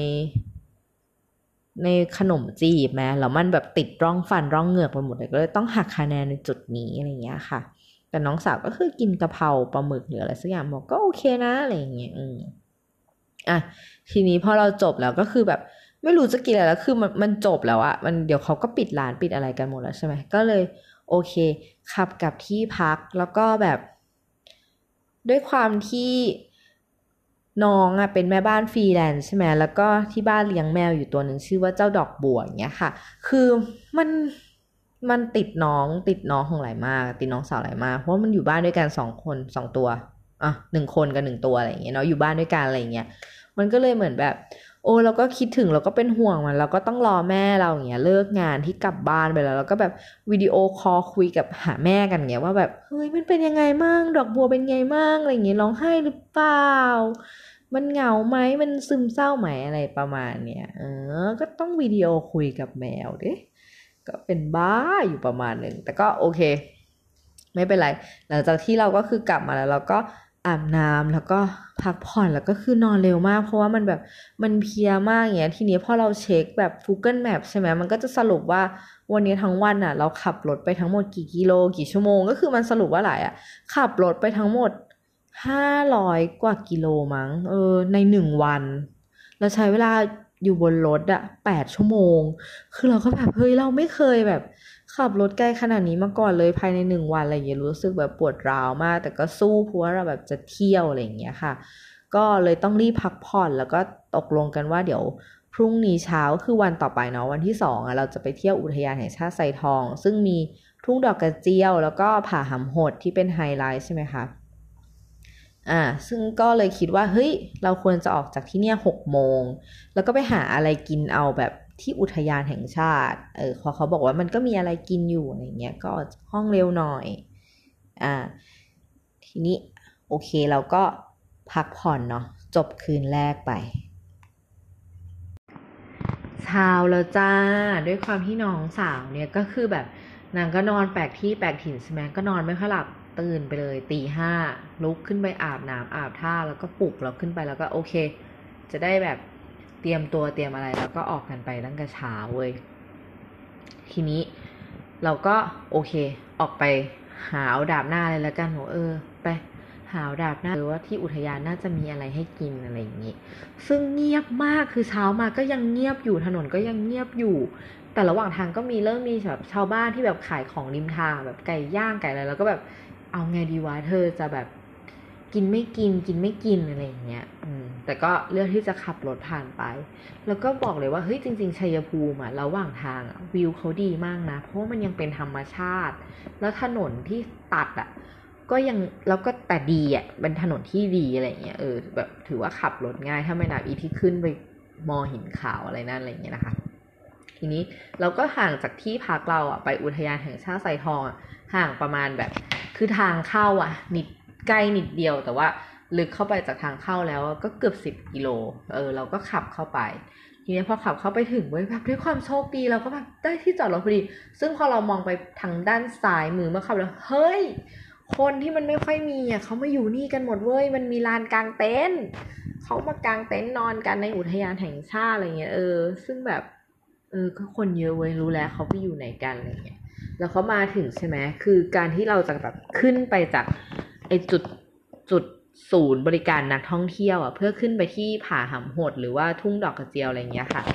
ในขนมจีบไหมแล้วมันแบบติดร่องฟันร่องเหงือกไปหมดเลยก็เลยต้องหักคะแนนในจุดนี้อะไรเงี้ยค่ะแต่น้องสาวก็คือกินกะเพราปลาหมึกหรืออะไรสักอย่างบอกก็โอเคนะอะไรเงี้ยทีนี้พอเราจบแล้วก็คือแบบไม่รู้จะกินอะไรแล้วคือมันจบแล้วอะมันเดี๋ยวเขาก็ปิดร้านปิดอะไรกันหมดแล้วใช่ไหมก็เลยโอเคขับกลับที่พักแล้วก็แบบด้วยความที่น้องอะเป็นแม่บ้านฟรีแลนซ์ใช่ไหมแล้วก็ที่บ้านเลี้ยงแมวอยู่ตัวหนึ่งชื่อว่าเจ้าดอกบัวอย่างเงี้ยค่ะคือมันติดน้องของหลายมากติดน้องสาวหลายมากเพราะว่ามันอยู่บ้านด้วยกัน2 คน2 ตัว1 คนกับ1 ตัวอะไรอย่างเงี้ยเนาะอยู่บ้านด้วยกันอะไรอย่างเงี้ยมันก็เลยเหมือนแบบเราก็คิดถึงเราก็เป็นห่วงมันเราก็ต้องรอแม่เราอย่างเงี้ยเลิกงานที่กลับบ้านไปแล้วก็แบบวิดีโอคอลคุยกับหาแม่กันเงี้ยว่าแบบเฮ้ยมันเป็นยังไงมั่งดอกบัวเป็นไงมั่งอะไรอย่างเงี้ยร้องไห้หรือเปล่ามันเหงาไหมมันซึมเศร้าไหมอะไรประมาณเนี้ยก็ต้องวิดีโอคุยกับแมวดิก็เป็นบ้าอยู่ประมาณหนึ่งแต่ก็โอเคไม่เป็นไรหลังจากที่เราก็คือกลับมาแล้วเราก็อาบน้ำแล้วก็พักผ่อนแล้วก็คือนอนเร็วมากเพราะว่ามันแบบมันเพลียมากอย่างเงี้ยทีนี้พอเราเช็คแบบ Google Map ใช่ไหมมันก็จะสรุปว่าวันนี้ทั้งวันอ่ะเราขับรถไปทั้งหมดกี่กิโลกี่ชั่วโมงก็คือมันสรุปว่าหลายอ่ะขับรถไปทั้งหมด500กว่ากิโลมั้งใน1 วันเราใช้เวลาอยู่บนรถอ่ะ8 ชั่วโมงคือเราก็แบบเฮ้ยเราไม่เคยแบบขับรถไกลขนาดนี้มาก่อนเลยภายใน1 วันอะไรอย่างเงี้ยรู้สึกแบบปวดร้าวมากแต่ก็สู้เพราะว่าเราแบบจะเที่ยวอะไรอย่างเงี้ยค่ะก็เลยต้องรีบพักผ่อนแล้วก็ตกลงกันว่าเดี๋ยวพรุ่งนี้เช้าคือวันต่อไปเนาะวันที่2เราจะไปเที่ยวอุทยานแห่งชาติไซทองซึ่งมีทุ่งดอกกระเจียวแล้วก็ผาหำโหดที่เป็นไฮไลท์ใช่ไหมคะซึ่งก็เลยคิดว่าเฮ้ยเราควรจะออกจากที่เนี่ย6 โมงแล้วก็ไปหาอะไรกินเอาแบบที่อุทยานแห่งชาติพอเขาบอกว่ามันก็มีอะไรกินอยู่อะไรเงี้ยก็ออกจากห้องเร็วหน่อยทีนี้โอเคเราก็พักผ่อนเนาะจบคืนแรกไปเช้าแล้วจ้าด้วยความที่น้องสาวเนี่ยก็คือแบบนางก็นอนแปลกที่แปลกถิ่นใช่ไหมก็นอนไม่ค่อยหลับตื่นไปเลยตี 5ลุกขึ้นไปอาบน้ำอาบท่าแล้วก็ปลุกเราขึ้นไปแล้วก็โอเคจะได้แบบเตรียมตัวเตรียมอะไรแล้วก็ออกกันไปตั้งแต่เช้าเว้ยทีนี้เราก็โอเคออกไปหาเอาดาบหน้าเลยแล้วกันไปหาเอาดาบหน้าหรือว่าที่อุทยานน่าจะมีอะไรให้กินอะไรอย่างงี้ซึ่งเงียบมากคือเช้ามาก็ยังเงียบอยู่ถนนก็ยังเงียบอยู่แต่ระหว่างทางก็เริ่มมีแบบชาวบ้านที่แบบขายของริมทางแบบไก่ย่างไก่อะไรแล้วก็แบบเอาไงดีวะเธอจะแบบกินไม่กินอะไรอย่างเงี้ยแต่ก็เลือกที่จะขับรถผ่านไปแล้วก็บอกเลยว่าเฮ้ยจริงๆชัยภูมิอ่ะระหว่างทางอ่ะวิวเขาดีมากนะเพราะว่ามันยังเป็นธรรมชาติแล้วถนนที่ตัดอ่ะก็ยังแล้วก็แต่ดีอ่ะเป็นถนนที่ดีอะไรเงี้ยแบบถือว่าขับรถง่ายถ้าไม่นับอีที่ขึ้นไปมอหินขาวอะไรนั่นอะไรเงี้ยนะคะทีนี้เราก็ห่างจากที่พักเราอ่ะไปอุทยานแห่งชาติไซทองอ่ะห่างประมาณแบบคือทางเข้าอ่ะใกล้นิดเดียวแต่ว่าลึกเข้าไปจากทางเข้าแล้วก็เกือบ10 กิโลเราก็ขับเข้าไปทีนี้พอขับเข้าไปถึงแบบด้วยความโชคดีเราก็แบบได้ที่จอดรถพอดีซึ่งพอเรามองไปทางด้านซ้ายมือเมื่อขับแล้วเฮ้ยคนที่มันไม่ค่อยมีอ่ะเขามาอยู่นี่กันหมดเว้ยมันมีลานกางเต็นท์เขามากางเต็นท์นอนกันในอุทยานแห่งชาติอะไรเงี้ยซึ่งแบบก็คนเยอะเว้ยรู้แล้วเขาไปอยู่ไหนกันอะไรเงี้ยแล้วเขามาถึงใช่ไหมคือการที่เราจะแบบขึ้นไปจากไอ้จุดศูนย์บริการนักท่องเที่ยวอ่ะเพื่อขึ้นไปที่ผาหำโหดหรือว่าทุ่งดอกกระเจียวอะไรเงี้ยค่ะ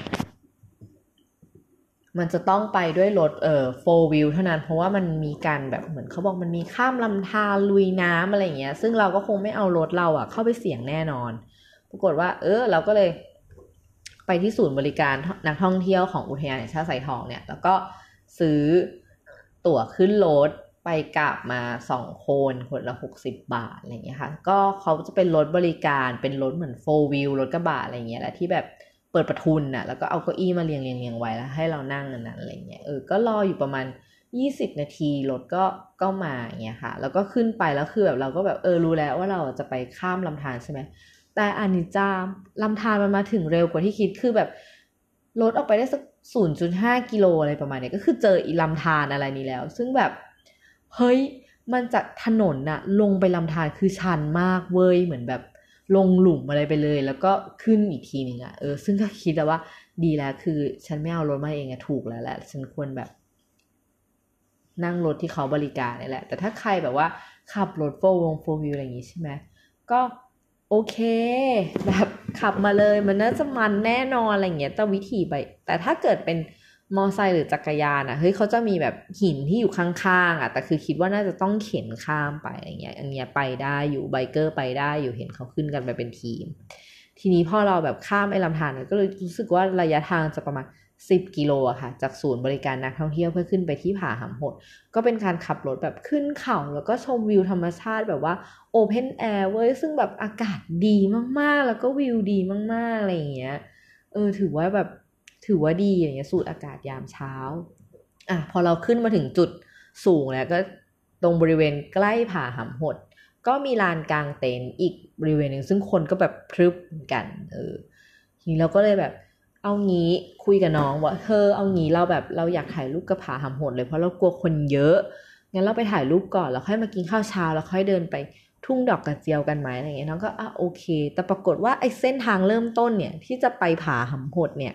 มันจะต้องไปด้วยรถfour wheel เท่านั้นเพราะว่ามันมีการแบบเหมือนเขาบอกมันมีข้ามลำธารลุยน้ำอะไรเงี้ยซึ่งเราก็คงไม่เอารถเราอ่ะเข้าไปเสี่ยงแน่นอนปรากฏว่าเราก็เลยไปที่ศูนย์บริการนักท่องเที่ยวของอุทยานแห่งชาติไซทองเนี่ยแล้วก็ซื้อตั๋วขึ้นรถไปกลับมา2คนละ60 บาทอะไรเงี้ยค่ะก็เขาจะเป็นรถบริการเป็นรถเหมือน4 wheel รถกระบะอะไรเงี้ยแหละที่แบบเปิดประทุนน่ะแล้วก็เอาเก้าอี้มาเรียงไว้แล้วให้เรานั่งนั้นอะไรเงี้ยก็รออยู่ประมาณ20 นาทีรถก็มาอย่างเงี้ยค่ะแล้วก็ขึ้นไปแล้วคือแบบเราก็แบบรู้แล้วว่าเราจะไปข้ามลำธารใช่ไหมแต่อันนี้จ้าลำธารมันมาถึงเร็วกว่าที่คิดคือแบบรถออกไปได้สัก 0.5 กิโลอะไรประมาณนี้ก็คือเจออีลำธารอะไรนี้แล้วซึ่งแบบเฮ้ยมันจากถนนน่ะลงไปลำธารคือชันมากเว้ยเหมือนแบบลงหลุมอะไรไปเลยแล้วก็ขึ้นอีกทีนึงอ่ะซึ่งก็คิดแล้วว่าดีแล้วคือฉันไม่เอารถมาเองถูกแล้วแหละฉันควรแบบนั่งรถที่เขาบริการนี่แหละแต่ถ้าใครแบบว่าขับรถโฟร์วิวอะไรอย่างงี้ใช่ไหมก็โอเคแบบขับมาเลยมันน่าจะมันแน่นอนอะไรเงี้ยแต่วิธีไปแต่ถ้าเกิดเป็นมอไซค์หรือจักรยานอ่ะเฮ้ยเขาจะมีแบบหินที่อยู่ข้างๆอ่ะแต่คือคิดว่าน่าจะต้องเข็นข้ามไปอะไรเงี้ยอันเนี้ยไปได้อยู่ไบเกอร์ไปได้อยู่เห็นเขาขึ้นกันไปเป็นทีมทีนี้พอเราแบบข้ามไอ้ลำธารก็เลยรู้สึกว่าระยะทางจะประมาณ10 กิโลอะค่ะจากศูนย์บริการนักท่องเที่ยวเพื่อขึ้นไปที่ผาหำโหดก็เป็นการขับรถแบบขึ้นเขาแล้วก็ชมวิวธรรมชาติแบบว่าโอเพนแอร์เว้ยซึ่งแบบอากาศดีมากๆแล้วก็วิวดีมากๆอะไรอย่างเงี้ยถือว่าดีอย่างเงี้ยสูดอากาศยามเช้าพอเราขึ้นมาถึงจุดสูงแล้วก็ตรงบริเวณใกล้ผาหำโหดก็มีลานกลางเต็นท์อีกบริเวณนึงซึ่งคนก็แบบพรึบกันทีนี้เราก็เลยแบบเอางี้คุยกับน้องว่าเอางี้เราอยากถ่ายรูปกับผาหำโหดเลยเพราะเรากลัวคนเยอะงั้นเราไปถ่ายรูปก่อนแล้วค่อยมากินข้าวเช้าแล้วค่อยเดินไปทุ่งดอกกระเจียวกันไหมอะไรเงี้ยน้องก็โอเคแต่ปรากฏว่าไอ้เส้นทางเริ่มต้นเนี่ยที่จะไปผาหำโหดเนี่ย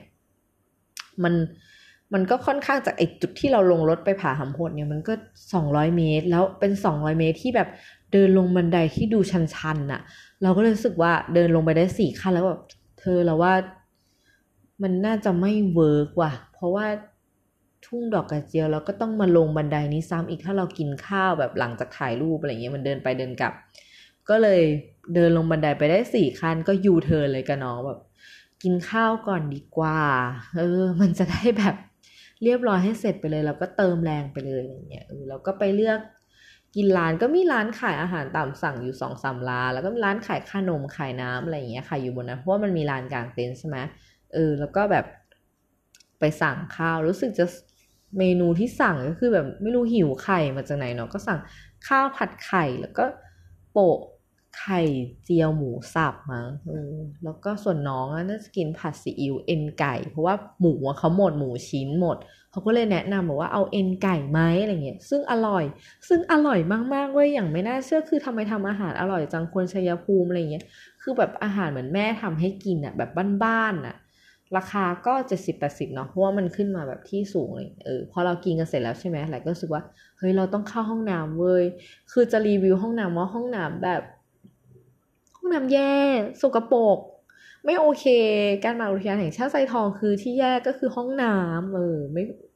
มันก็ค่อนข้างจากไอ้จุดที่เราลงรถไปผาหำโหดเนี่ยมันก็200 เมตรแล้วเป็น200 เมตรที่แบบเดินลงบันไดที่ดูชันๆน่ะเราก็เลยรู้สึกว่าเดินลงไปได้4 ขั้นแล้วแบบเราว่ามันน่าจะไม่เวิร์กว่ะเพราะว่าทุ่งดอกกระเจียวเราก็ต้องมาลงบันไดนี้ซ้ำอีกถ้าเรากินข้าวแบบหลังจากถ่ายรูปอะไรเงี้ยมันเดินไปเดินกลับก็เลยเดินลงบันไดไปได้4 ขั้นก็ยูเทิร์นเลยกับน้องแบบกินข้าวก่อนดีกว่ามันจะได้แบบเรียบร้อยให้เสร็จไปเลยแล้วก็เติมแรงไปเลยอย่างเงี้ยแล้วก็ไปเลือกกินร้านก็มีร้านขายอาหารตามสั่งอยู่2-3 ร้านแล้วก็มีร้านขายขนมขายน้ำอะไรอย่างเงี้ยขายอยู่บนนั้นเพราะว่ามันมีลานกลางเต็นท์ใช่ไหมแล้วก็แบบไปสั่งข้าวรู้สึกจะเมนูที่สั่งก็คือแบบไม่รู้หิวไข่มาจากไหนเนาะก็สั่งข้าวผัดไข่แล้วก็โปะไข่เจียวหมูสับมั้งแล้วก็ส่วนน้องน่าจะกินผัดซีอิ๊วเอ็นไก่เพราะว่าหมูเขาหมดหมูชิ้นหมดเขาก็เลยแนะนำบอกว่าเอาเอ็นไก่ไหมอะไรเงี้ยซึ่งอร่อยมากๆเว้ยอย่างไม่น่าเชื่อคือทำไมทำอาหารอร่อยจังคนชัยภูมิอะไรเงี้ยคือแบบอาหารเหมือนแม่ทำให้กินอ่ะแบบบ้านๆอ่ะราคาก็70-80เนาะเพราะว่ามันขึ้นมาแบบที่สูงเลยพอเรากินกันเสร็จแล้วใช่ไหมหลายก็รู้สึกว่าเฮ้ยเราต้องเข้าห้องน้ำเว้ยคือจะรีวิวห้องน้ำว่าห้องน้ำแบบห้องน้ำแย่สกปรกไม่โอเคการมาอุทยานแห่งชาติไซทองคือที่แย่ก็คือห้องน้ำไม่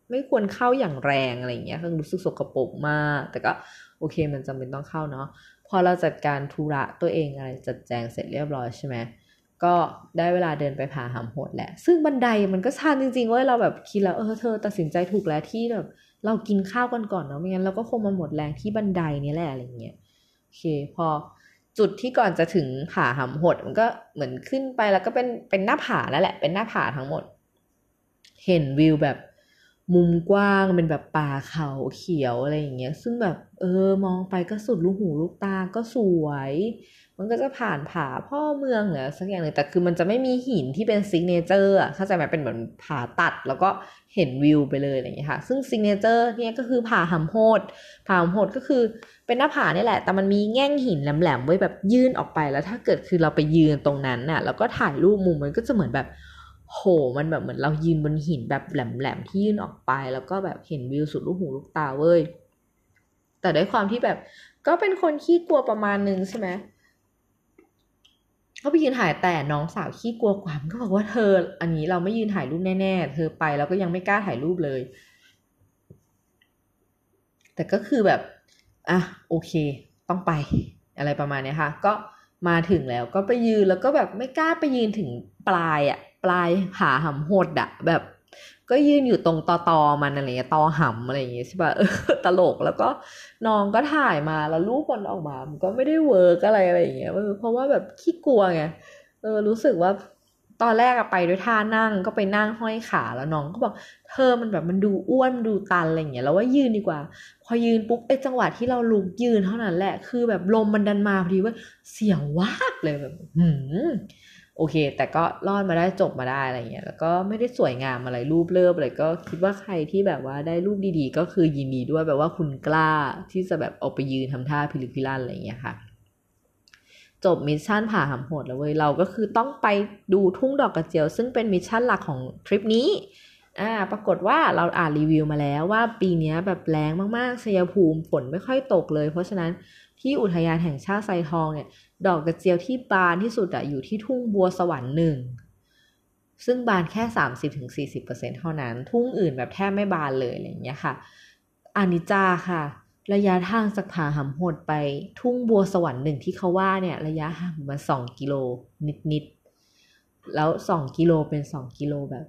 ไม่ควรเข้าอย่างแรงอะไรอย่างเงี้ยคือรู้สึกสกปรกมากแต่ก็โอเคมันจำเป็นต้องเข้าเนาะพอเราจัดการธุระตัวเองอะไรจัดแจงเสร็จเรียบร้อยใช่ไหมก็ได้เวลาเดินไปผาหำโหดแหละซึ่งบันไดมันก็ชันจริงๆเว้ยเราแบบคิดแล้วเธอตัดสินใจถูกแล้วที่แบบเรากินข้าวกันก่อนเนาะไม่งั้นเราก็คงมาหมดแรงที่บันไดนี่แหละอะไรเงี้ยโอเคพอจุดที่ก่อนจะถึงผาหำโหดมันก็เหมือนขึ้นไปแล้วก็เป็นหน้าผานั่นแหละเป็นหน้าผาทั้งหมดเห็นวิวแบบมุมกว้างเป็นแบบป่าเขาเขียวอะไรอย่างเงี้ยซึ่งแบบมองไปก็สุดลูกหูลูกตาก็สวยมันก็จะผ่านผาพ่อเมืองหรือสักอย่างหนึ่งแต่คือมันจะไม่มีหินที่เป็นซิกเนเจอร์อ่ะเข้าใจไหมเป็นเหมือนผาตัดแล้วก็เห็นวิวไปเลยอะไรอย่างเงี้ยค่ะซึ่งซิกเนเจอร์เนี่ยก็คือผาหำโหดก็คือเป็นหน้าผานี่แหละแต่มันมีแง่งหินแหลมๆไว้แบบยื่นออกไปแล้วถ้าเกิดคือเราไปยืนตรงนั้นน่ะแล้วก็ถ่ายรูปมุมมันก็จะเหมือนแบบโหมันแบบเหมือนเรายืนบนหินแบบแหลมๆที่ยื่นออกไปแล้วก็แบบเห็นวิวสุดลูกหูลูกตาเว้ยแต่ด้วยความที่แบบก็เป็นคนขี้กลัวประมาณนึงใช่ไหมก็ไปยืนถ่ายแต่น้องสาวขี้กลัวกว่ามันก็บอกว่าเธออันนี้เราไม่ยืนถ่ายรูปแน่ๆเธอไปแล้วก็ยังไม่กล้าถ่ายรูปเลยแต่ก็คือแบบโอเคต้องไปอะไรประมาณนี้ค่ะก็มาถึงแล้วก็ไปยืนแล้วก็แบบไม่กล้าไปยืนถึงปลายผาหำโหดอะแบบก็ยืนอยู่ตรงตอมันอะไรเงี้ยตอหำอะไรอย่างเงี้ยใช่ป่ะตลกแล้วก็น้องก็ถ่ายมาแล้วรูปมันออกมามันก็ไม่ได้เวิร์กอะไรอย่างเงี้ยเพราะว่าแบบขี้กลัวไงรู้สึกว่าตอนแรกไปด้วยท่านั่งก็ไปนั่งห้อยขาแล้วน้องก็บอกเธอมันแบบมันดูอ้วนมันดูตันอะไรอย่างเงี้ยแล้วว่ายืนดีกว่าพอยืนปุ๊บจังหวะที่เราลุกยืนเท่านั้นแหละคือแบบลมมันดันมาพอดีว่าเสียววาบเลยแบบโอเคแต่ก็รอดมาได้จบมาได้อะไรเงี้ยแล้วก็ไม่ได้สวยงามอะไรรูปเลิศอะไรก็คิดว่าใครที่แบบว่าได้รูปดีๆก็คือยินดีด้วยแบบว่าคุณกล้าที่จะแบบเอาไปยืนทำท่าพิลึกพิลั่นอะไรเงี้ยค่ะจบมิชชั่นผาหำโหดแล้วเว้ยเราก็คือต้องไปดูทุ่งดอกกระเจียวซึ่งเป็นมิชชั่นหลักของทริปนี้ปรากฏว่าเราอ่านรีวิวมาแล้วว่าปีนี้แบบแรงมากๆชัยภูมิฝนไม่ค่อยตกเลยเพราะฉะนั้นที่อุทยานแห่งชาติไซทองเนี่ยดอกกระเจียวที่บานที่สุดอยู่ที่ทุ่งบัวสวรรค์1ซึ่งบานแค่ 30-40% เท่านั้นทุ่งอื่นแบบแทบไม่บานเลยอะไรอย่างเงี้ยค่ะอานิจาค่ะระยะทางจากผาหำโหดไปทุ่งบัวสวรรค์1ที่เขาว่าเนี่ยระยะห่างประมาณ2 กิโลนิดๆแล้ว2 กิโลเป็น2 กิโลแบบ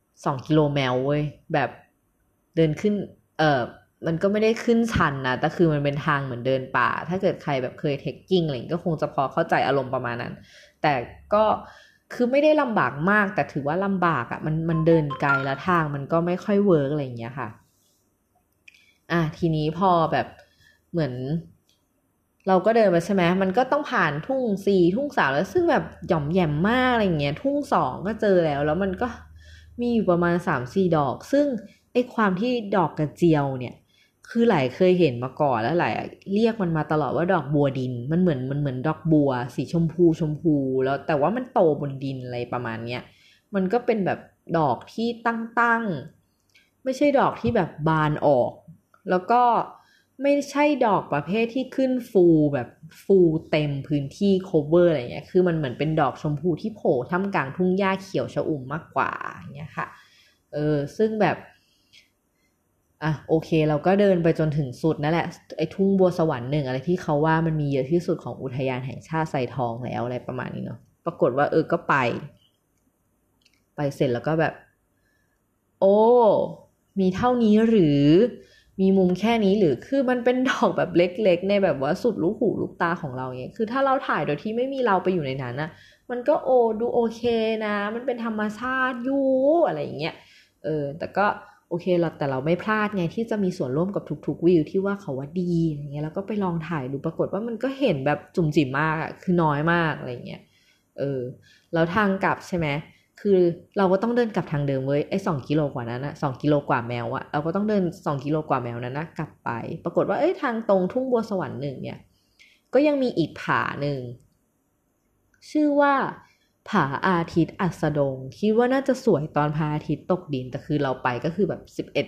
2 กิโลแมวเว้ยแบบเดินขึ้นมันก็ไม่ได้ขึ้นชันนะแต่คือมันเป็นทางเหมือนเดินป่าถ้าเกิดใครแบบเคยเทคกิ้งอะไรก็คงจะพอเข้าใจอารมณ์ประมาณนั้นแต่ก็คือไม่ได้ลำบากมากแต่ถือว่าลำบากมันเดินไกลแล้วทางมันก็ไม่ค่อยเวิร์กอะไรอย่างเงี้ยค่ะทีนี้พอแบบเหมือนเราก็เดินไปใช่ไหมมันก็ต้องผ่านทุ่ง4ทุ่ง3แล้วซึ่งแบบหย่อมแหย่มมากอะไรเงี้ยทุ่ง2ก็เจอแล้วมันก็มีอยู่ประมาณ 3-4 ดอกซึ่งความที่ดอกกระเจียวเนี่ยคือหลายเคยเห็นมาก่อนแล้วหลายเรียกมันมาตลอดว่าดอกบัวดินมันเหมือนดอกบัวสีชมพูแล้วแต่ว่ามันโตบนดินอะไรประมาณเนี้ยมันก็เป็นแบบดอกที่ตั้งไม่ใช่ดอกที่แบบบานออกแล้วก็ไม่ใช่ดอกประเภทที่ขึ้นฟูแบบฟูเต็มพื้นที่ cover อะไรเงี้ยคือมันเหมือนเป็นดอกชมพูที่โผล่ท่ามกลางทุ่งหญ้าเขียวชอุ่มมากกว่าอย่างเงี้ยค่ะซึ่งแบบโอเคเราก็เดินไปจนถึงสุดนั่นแหละทุ่งบัวสวรรค์1อะไรที่เขาว่ามันมีเยอะที่สุดของอุทยานแห่งชาติไซทองแล้วอะไรประมาณนี้เนาะปรากฏว่าก็ไปเสร็จแล้วก็แบบโอ้มีเท่านี้หรือมีมุมแค่นี้หรือคือมันเป็นดอกแบบเล็กๆในแบบว่าสุดลูกหูลูกตาของเราเงี้ยคือถ้าเราถ่ายโดยที่ไม่มีเราไปอยู่ในนั้นนะมันก็ดูโอเคนะมันเป็นธรรมชาติอยู่อะไรอย่างเงี้ยแต่ก็โอเคแต่เราไม่พลาดไงที่จะมีส่วนร่วมกับทุกๆวิวที่ว่าเขาว่าดีอะไรเงี้ยแล้วก็ไปลองถ่ายดูปรากฏว่ามันก็เห็นแบบจุ่มจิ๋มมากคือน้อยมากอะไรเงี้ยแล้วทางกลับใช่ไหมคือเราก็ต้องเดินกลับทางเดิมเว้ย2 กิโลกว่านั้นนะ2 กิโลกว่าแมวเราก็ต้องเดิน2 กิโลกว่าแมวนั้นนะกลับไปปรากฏว่าทางตรงทุ่งบัวสวรรค์1เนี่ยก็ยังมีอีกผาหนึ่งชื่อว่าผาอาทิตย์อัสดงคิดว่าน่าจะสวยตอนพระอาทิตย์ตกดินแต่คือเราไปก็คือแบบ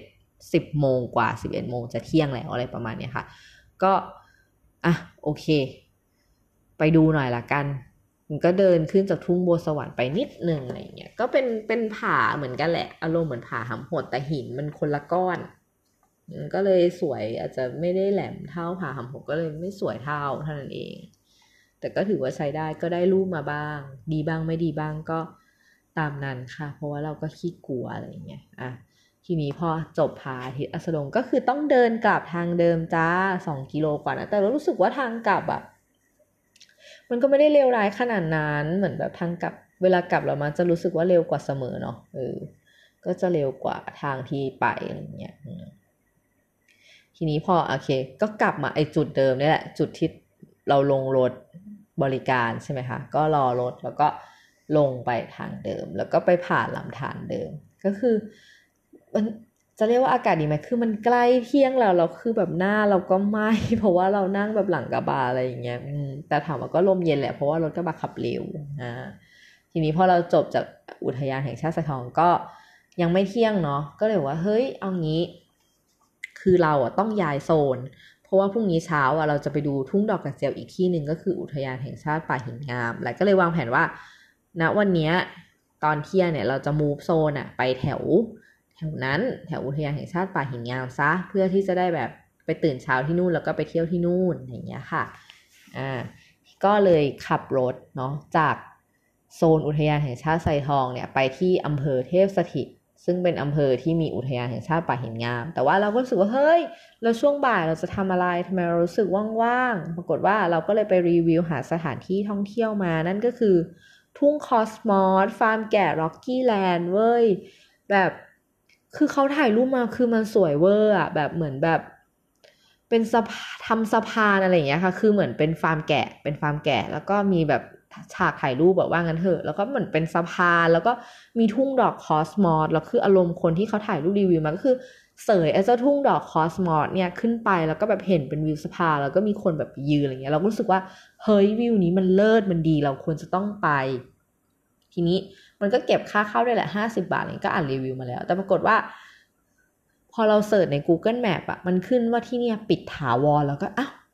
10 โมงกว่า11 โมงจะเที่ยงแล้วอะไรประมาณนี้ค่ะก็โอเคไปดูหน่อยละกันมันก็เดินขึ้นจากทุ่งบัวสวรรค์ไปนิดนึงอะไรเงี้ยก็เป็นผาเหมือนกันแหละอารมณ์เหมือนผาหำโหดแต่หินมันคนละก้อนก็เลยสวยอาจจะไม่ได้แหลมเท่าผาหำโหดก็เลยไม่สวยเท่านั้นเองแต่ก็ถือว่าใช้ได้ก็ได้รูปมาบ้างดีบ้างไม่ดีบ้างก็ตามนั้นค่ะเพราะว่าเราก็ขี้กลัวอะไรเงี้ยทีนี้พอจบผาอาทิตย์อัสดงก็คือต้องเดินกลับทางเดิมจ้า2 กิโลกว่านะแต่เรารู้สึกว่าทางกลับมันก็ไม่ได้เลวร้ายขนาดนั้นเหมือนแบบทางกลับเวลากลับเรามันจะรู้สึกว่าเร็วกว่าเสมอเนาะก็จะเร็วกว่าทางที่ไปอะไรเงี้ยทีนี้พอโอเคก็กลับมาไอ้จุดเดิมนี่แหละจุดที่เราลงรถบริการใช่ไหมคะก็รอรถแล้วก็ลงไปทางเดิมแล้วก็ไปผ่านลำธารเดิมก็คือมันจะเรียกว่าอากาศดีไหมคือมันใกล้เที่ยงแล้วเราคือแบบหน้าเราก็ไหม้เพราะว่าเรานั่งแบบหลังกระบะอะไรอย่างเงี้ยแต่ถามว่าก็ลมเย็นแหละเพราะว่ารถกระบะขับเร็วทีนี้พอเราจบจากอุทยานแห่งชาติสะทองก็ยังไม่เที่ยงเนาะก็เลยว่าเฮ้ยเอางี้คือเราต้องย้ายโซนเพราะว่าพรุ่งนี้เช้าเราจะไปดูทุ่งดอกกระเจียวอีกที่นึงก็คืออุทยานแห่งชาติป่าหินงามแล้วก็เลยวางแผนว่าณวันนี้ตอนเที่ยงเนี่ยเราจะมูฟโซนไปแถวนั้นแถวอุทยานแห่งชาติป่าหินงามซะเพื่อที่จะได้แบบไปตื่นเช้าที่นู่นแล้วก็ไปเที่ยวที่นู่นอย่างเงี้ยค่ะก็เลยขับรถเนาะจากโซนอุทยานแห่งชาติไซทองเนี่ยไปที่อำเภอเทพสถิตซึ่งเป็นอำเภอที่มีอุทยานแห่งชาติป่าหินงามแต่ว่าเราก็รู้สึกว่าเฮ้ยเราช่วงบ่ายเราจะทำอะไรทำไมเรารู้สึกว่างๆปรากฏว่าเราก็เลยไปรีวิวหาสถานที่ท่องเที่ยวมานั่นก็คือทุ่งคอสมอสฟาร์มแกะร็อกกี้แลนด์เว้ยแบบคือเขาถ่ายรูปมาคือมันสวยเวอร์แบบเหมือนแบบเป็นทำสะพานอะไรอย่างเงี้ยค่ะคือเหมือนเป็นฟาร์มแกะแล้วก็มีแบบฉากถ่ายรูปแบบว่างั้นเถอะแล้วก็เหมือนเป็นสะพานแล้วก็มีทุ่งดอกคอสมอสแล้วคืออารมณ์คนที่เขาถ่ายรูปรีวิวมาก็คือเสยไอ้เจ้าทุ่งดอกคอสมอสเนี่ยขึ้นไปแล้วก็แบบเห็นเป็นวิวสะพานแล้วก็มีคนแบบยืนอะไรเงี้ยเราก็รู้สึกว่าเฮ้ยวิวนี้มันเลิศมันดีเราควรจะต้องไปทีนี้มันก็เก็บค่าเข้าได้แหละ50 บาทก็อ่านรีวิวมาแล้วแต่ปรากฏว่าพอเราเสิร์ชใน Google Map มันขึ้นว่าที่เนี่ยปิดถาวรแล้วก็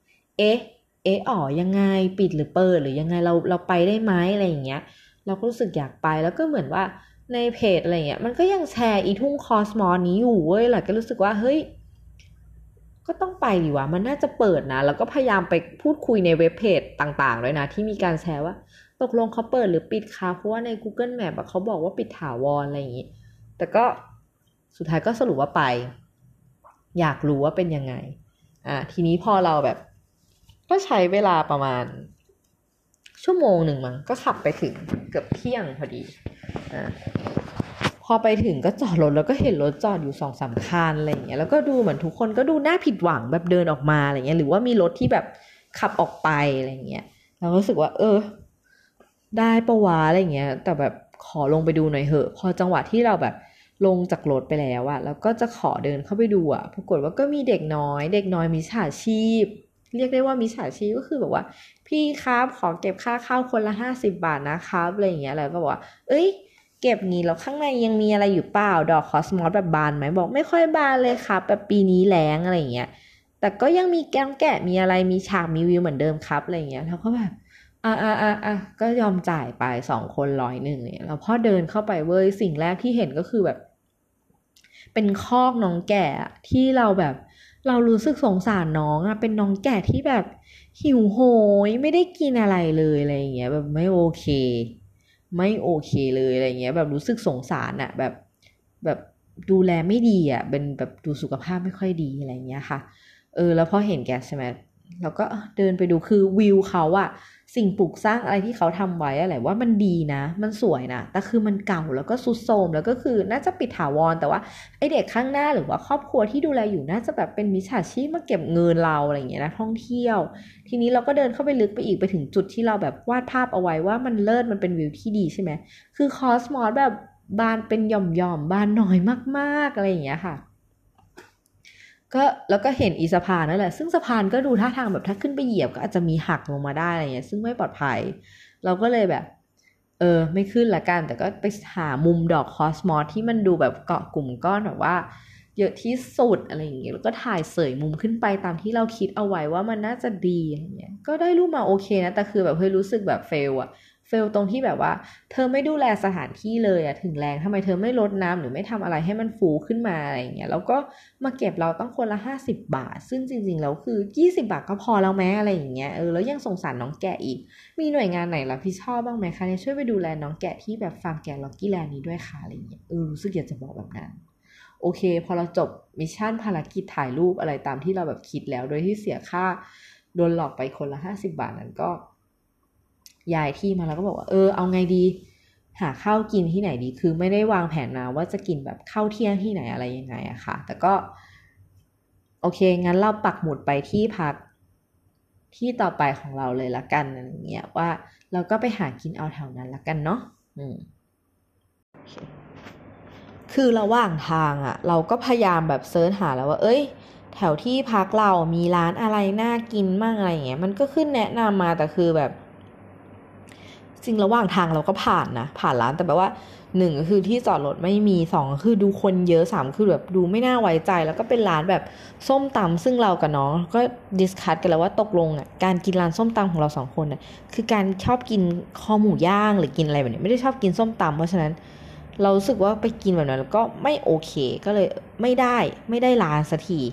ยังไงปิดหรือเปิดหรือยังไงเราไปได้ไหมอะไรอย่างเงี้ยเราก็รู้สึกอยากไปแล้วก็เหมือนว่าในเพจอะไรเงี้ยมันก็ยังแชร์อีทุ่งคอสมอสนี้อยู่เว้ยแหละก็รู้สึกว่าเฮ้ยก็ต้องไปดีวะมันน่าจะเปิดนะแล้วก็พยายามไปพูดคุยในเว็บเพจต่างๆด้วยนะที่มีการแชร์ว่าตกลงเขาเปิดหรือปิดคะเพราะว่าใน Google Map เขาบอกว่าปิดถาวรอะไรอย่างงี้แต่ก็สุดท้ายก็สรุปว่าไปอยากรู้ว่าเป็นยังไงทีนี้พอเราแบบก็ใช้เวลาประมาณ1 ชั่วโมงมั้งก็ขับไปถึงเกือบเที่ยงพอดีพอไปถึงก็จอดรถแล้วก็เห็นรถจอดอยู่ 2-3 คันอะไรอย่างเงี้ยแล้วก็ดูเหมือนทุกคนก็ดูน่าผิดหวังแบบเดินออกมาอะไรเงี้ยหรือว่ามีรถที่แบบขับออกไปอะไรเงี้ยเราก็รู้สึกว่าได้ปะวะอะไรเงี้ยแต่แบบขอลงไปดูหน่อยเหอะพอจังหวะที่เราแบบลงจากรถไปแล้วแล้วก็จะขอเดินเข้าไปดูปรากฏว่าก็มีเด็กน้อยมิจฉาชีพเรียกได้ว่ามิจฉาชีพก็คือแบบว่าพี่ครับขอเก็บค่าเข้าคนละ50 บาทนะครับอะไรอย่างเงี้ยแล้วก็บอกว่าเก็บงี้แล้วข้างในยังมีอะไรอยู่เปล่าดอกคอสมอสแบบบานไหมบอกไม่ค่อยบานเลยครับแบบปีนี้แล้งอะไรอย่างเงี้ยแต่ก็ยังมีแก้มแกะมีอะไรมีฉากมีวิวเหมือนเดิมครับอะไรอย่างเงี้ยแล้วก็แบบก็ยอมจ่ายไป2 คน100เนี่ยแล้วพอเดินเข้าไปเว้ยสิ่งแรกที่เห็นก็คือแบบเป็นคอกน้องแกะที่เราแบบเรารู้สึกสงสารน้องเป็นน้องแกะที่แบบหิวโหยไม่ได้กินอะไรเลยอะไรอย่างเงี้ยแบบไม่โอเคเลยอะไรเงี้ยแบบรู้สึกสงสารแบบดูแลไม่ดีเป็นแบบดูสุขภาพไม่ค่อยดีอะไรเงี้ยค่ะแล้วพอเห็นแกใช่ไหมเราก็เดินไปดูคือวิวเขาสิ่งปลูกสร้างอะไรที่เขาทำไว้อะไรว่ามันดีนะมันสวยนะแต่คือมันเก่าแล้วก็ทรุดโทรมแล้วก็คือน่าจะปิดถาวรแต่ว่าไอเด็กข้างหน้าหรือว่าครอบครัวที่ดูแลอยู่น่าจะแบบเป็นมิจฉาชีพมาเก็บเงินเราอะไรอย่างเงี้ยนะท่องเที่ยวทีนี้เราก็เดินเข้าไปลึกไปอีกไปถึงจุดที่เราแบบวาดภาพเอาไว้ว่ามันเลิศมันเป็นวิวที่ดีใช่ไหมคือคอสมอสแบบบานเป็นหย่อมๆบานน้อยมากๆอะไรอย่างเงี้ยค่ะก็แล้วก็เห็นอีสะพานนั่นแหละซึ่งสะพานก็ดูท่าทางแบบถ้าขึ้นไปเหยียบก็อาจจะมีหักลงมาได้อะไรเงี้ยซึ่งไม่ปลอดภัยเราก็เลยแบบไม่ขึ้นละกันแต่ก็ไปหามุมดอกคอสมอสที่มันดูแบบเกาะกลุ่มก้อนแบบว่าเยอะที่สุดอะไรอย่างเงี้ยแล้วก็ถ่ายเสยมุมขึ้นไปตามที่เราคิดเอาไว้ว่ามันน่าจะดีอะไรเงี้ยก็ได้รูปมาโอเคนะแต่คือแบบเฮ้ยรู้สึกแบบเฟเฟลตรงที่แบบว่าเธอไม่ดูแลสถานที่เลยอะถึงแรงทำไมเธอไม่รดน้ำหรือไม่ทำอะไรให้มันฟูขึ้นมาอะไรอย่างเงี้ยแล้วก็มาเก็บเราต้องคนละ50 บาทซึ่งจริงๆแล้วคือ20 บาทก็พอแล้วแม้อะไรอย่างเงี้ยแล้วยังสงสารน้องแกะอีกมีหน่วยงานไหนรับผิดชอบบ้างไหมคะเนี่ยช่วยไปดูแลน้องแกะที่แบบฟาร์มแกะล็อกกี้แลนด์นี้ด้วยค่ะอะไรอย่างเงี้ยรู้สึกอยากจะบอกแบบนั้นโอเคพอเราจบมิชชั่นภารกิจถ่ายรูปอะไรตามที่เราแบบคิดแล้วโดยที่เสียค่าโดนหลอกไปคนละ50 บาทนั้นก็ย้ายที่มาแล้วก็บอกว่าเอาไงดีหาข้าวกินที่ไหนดีคือไม่ได้วางแผนมาว่าจะกินแบบข้าวเที่ยงที่ไหนอะไรยังไงอะค่ะแต่ก็โอเคงั้นเราปักหมุดไปที่พักที่ต่อไปของเราเลยละกันอะไรเงี้ยว่าเราก็ไปหากินเอาแถวนั้นละกันเนาะคือระหว่างทางอะเราก็พยายามแบบเซิร์ชหาแล้วว่าแถวที่พักเรามีร้านอะไรน่ากินมั่งอะไรอย่างเงี้ยมันก็ขึ้นแนะนำมาแต่คือแบบจริงระหว่างทางเราก็ผ่านร้านแต่แบบว่า1ก็คือที่จอดรถไม่มี2ก็คือดูคนเยอะ3คือแบบดูไม่น่าไว้ใจแล้วก็เป็นร้านแบบส้มตำซึ่งเรากับน้องก็ดิสคัสกันแล้วว่าตกลงการกินร้านส้มตำของเรา2คนคือการชอบกินคอหมูย่างหรือกินอะไรแบบนี้ไม่ได้ชอบกินส้มตำเพราะฉะนั้นเรารู้สึกว่าไปกินแบบนั้นแล้วก็ไม่โอเคก็เลยไม่ได้ร้านสักที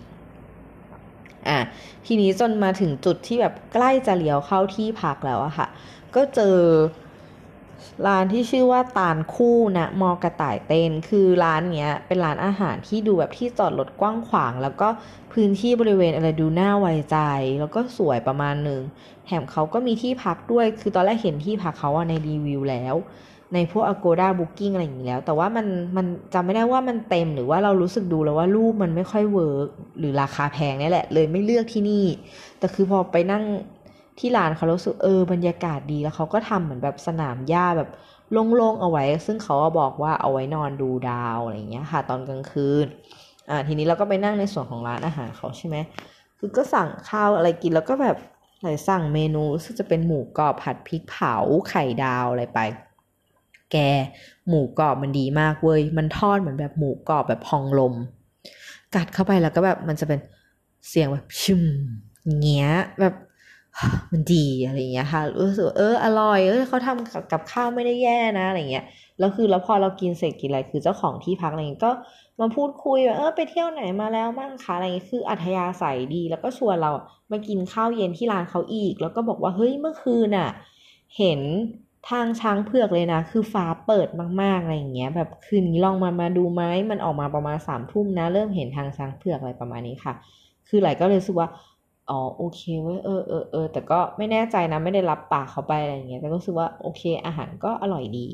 ทีนี้จนมาถึงจุดที่แบบใกล้จะเลี้ยวเข้าที่พักแล้วอะค่ะก็เจอร้านที่ชื่อว่าตาลคู่นะมอกระต่ายเต้นคือร้านเนี้ยเป็นร้านอาหารที่ดูแบบที่จอดรถกว้างขวางแล้วก็พื้นที่บริเวณอะไรดูน่าไว้ใจแล้วก็สวยประมาณนึงแถมเขาก็มีที่พักด้วยคือตอนแรกเห็นที่พักเขาในรีวิวแล้วในพวก Agoda Booking อะไรอย่างนี้แล้วแต่ว่ามันจำไม่ได้ว่ามันเต็มหรือว่าเรารู้สึกดูแล้วว่ารูปมันไม่ค่อยเวิร์กหรือราคาแพงนี่แหละเลยไม่เลือกที่นี่แต่คือพอไปนั่งที่ร้านเขารู้สึกบรรยากาศดีแล้วเขาก็ทำเหมือนแบบสนามหญ้าแบบโล่งๆเอาไว้ซึ่งเขาบอกว่าเอาไว้นอนดูดาวอะไรอย่างเงี้ยค่ะตอนกลางคืนทีนี้เราก็ไปนั่งในส่วนของร้านอาหารเขาใช่ไหมคือก็สั่งข้าวอะไรกินแล้วก็แบบสั่งเมนูซึ่งจะเป็นหมูกรอบผัดพริกเผาไข่ดาวอะไรไปแกหมูกรอบมันดีมากเว้ยมันทอดเหมือนแบบหมูกรอบแบบพองลมกัดเข้าไปแล้วก็แบบมันจะเป็นเสียงแบบชิมเงี้ยแบบมันดีอะไรเงี้ยค่ะรู้สึกอร่อยเขาทำกับข้าวไม่ได้แย่นะอะไรเงี้ยแล้วพอเรากินเสร็จกินอะไรคือเจ้าของที่พักอะไรเงี้ยก็มาพูดคุยว่าไปเที่ยวไหนมาแล้วมั่งคะอะไรเงี้ยคืออัธยาศัยดีแล้วก็ชวนเรามากินข้าวเย็นที่ร้านเขาอีกแล้วก็บอกว่าเฮ้ยเมื่อคืนเห็นทางช้างเผือกเลยนะคือฟ้าเปิดมากๆอะไรอย่างเงี้ยแบบคืนนี้ลองมาดูไหมมันออกมาประมาณ3 ทุ่มนะเริ่มเห็นทางช้างเผือกอะไรประมาณนี้ค่ะคือไหลก็เลยรู้สึกว่าโอเคเว้ยแต่ก็ไม่แน่ใจนะไม่ได้รับปากเขาไปอะไรอย่างเงี้ยแต่ก็รู้สึกว่าโอเคอาหารก็อร่อยดี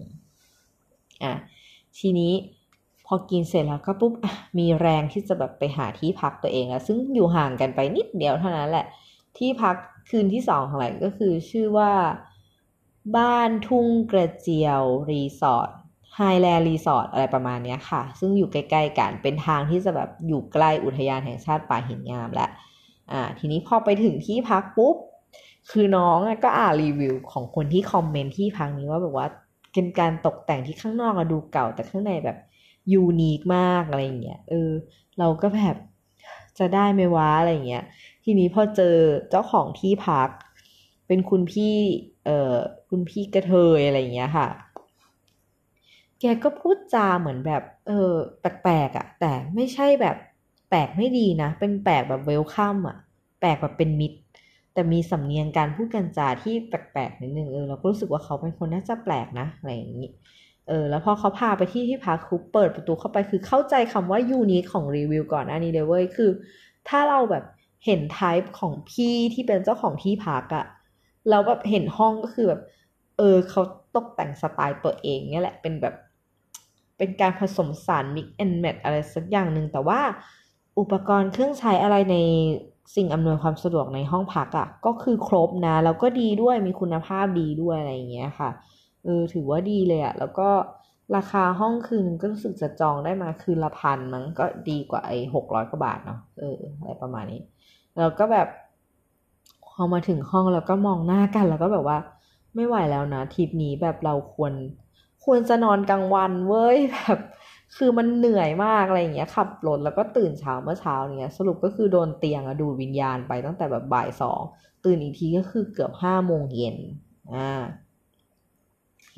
ทีนี้พอกินเสร็จแล้วก็ปุ๊บมีแรงที่จะแบบไปหาที่พักตัวเองแล้วซึ่งอยู่ห่างกันไปนิดเดียวเท่านั้นแหละที่พักคืนที่2ของไหลก็คือชื่อว่าบ้านทุ่งกระเจียวรีสอร์ทไฮแลนด์รีสอร์ทอะไรประมาณนี้ค่ะซึ่งอยู่ใกล้ๆกันเป็นทางที่จะแบบอยู่ใกล้อุทยานแห่งชาติป่าหินงามและทีนี้พอไปถึงที่พักปุ๊บคือน้องก็อ่านรีวิวของคนที่คอมเมนต์ที่พักนี้ว่าแบบว่าเป็นการตกแต่งที่ข้างนอกดูเก่าแต่ข้างในแบบยูนิคมากอะไรอย่างเงี้ยเราก็แบบจะได้ไหมวะอะไรอย่างเงี้ยทีนี้พอเจอเจ้าของที่พักเป็นคุณพี่กระเทยอะไรอย่างเงี้ยค่ะแกก็พูดจาเหมือนแบบแปลกๆแต่ไม่ใช่แบบแปลกไม่ดีนะเป็นแปลกแบบเวลคัมแปลกแบบเป็นมิตรแต่มีสำเนียงการพูดกันจาที่แปลกๆนิดนึงเราก็รู้สึกว่าเขาเป็นคนน่าจะแปลกนะอะไรอย่างนี้แล้วพอเขาพาไปที่พักคุปเปิดประตูเข้าไปคือเข้าใจคำว่ายูนิคของรีวิวก่อนอันนี้เลยเว้ยคือถ้าเราแบบเห็นไทป์ของพี่ที่เป็นเจ้าของที่พักแล้วแบบเห็นห้องก็คือแบบเขาตกแต่งสไตล์ตัวเองเนี่ยแหละเป็นแบบเป็นการผสมสาร mix and match อะไรสักอย่างหนึ่งแต่ว่าอุปกรณ์เครื่องใช้อะไรในสิ่งอำนวยความสะดวกในห้องพักก็คือครบนะแล้วก็ดีด้วยมีคุณภาพดีด้วยอะไรอย่างเงี้ยค่ะถือว่าดีเลยแล้วก็ราคาห้องคืนนึงก็รู้สึกจะจองได้มาคืนละ1,000มั้งก็ดีกว่า600 กว่าบาทเนาะอะไรประมาณนี้แล้วก็แบบพอมาถึงห้องแล้วก็มองหน้ากันแล้วก็แบบว่าไม่ไหวแล้วนะทริปนี้แบบเราควรจะนอนกลางวันเว้ยแบบคือมันเหนื่อยมากอะไรอย่างเงี้ยขับรถแล้วก็ตื่นเช้าเมื่อเช้าเนี้ยสรุปก็คือโดนเตียงดูดวิญญาณไปตั้งแต่แบบบ่าย 2ตื่นอีกทีก็คือเกือบ5 โมงเย็น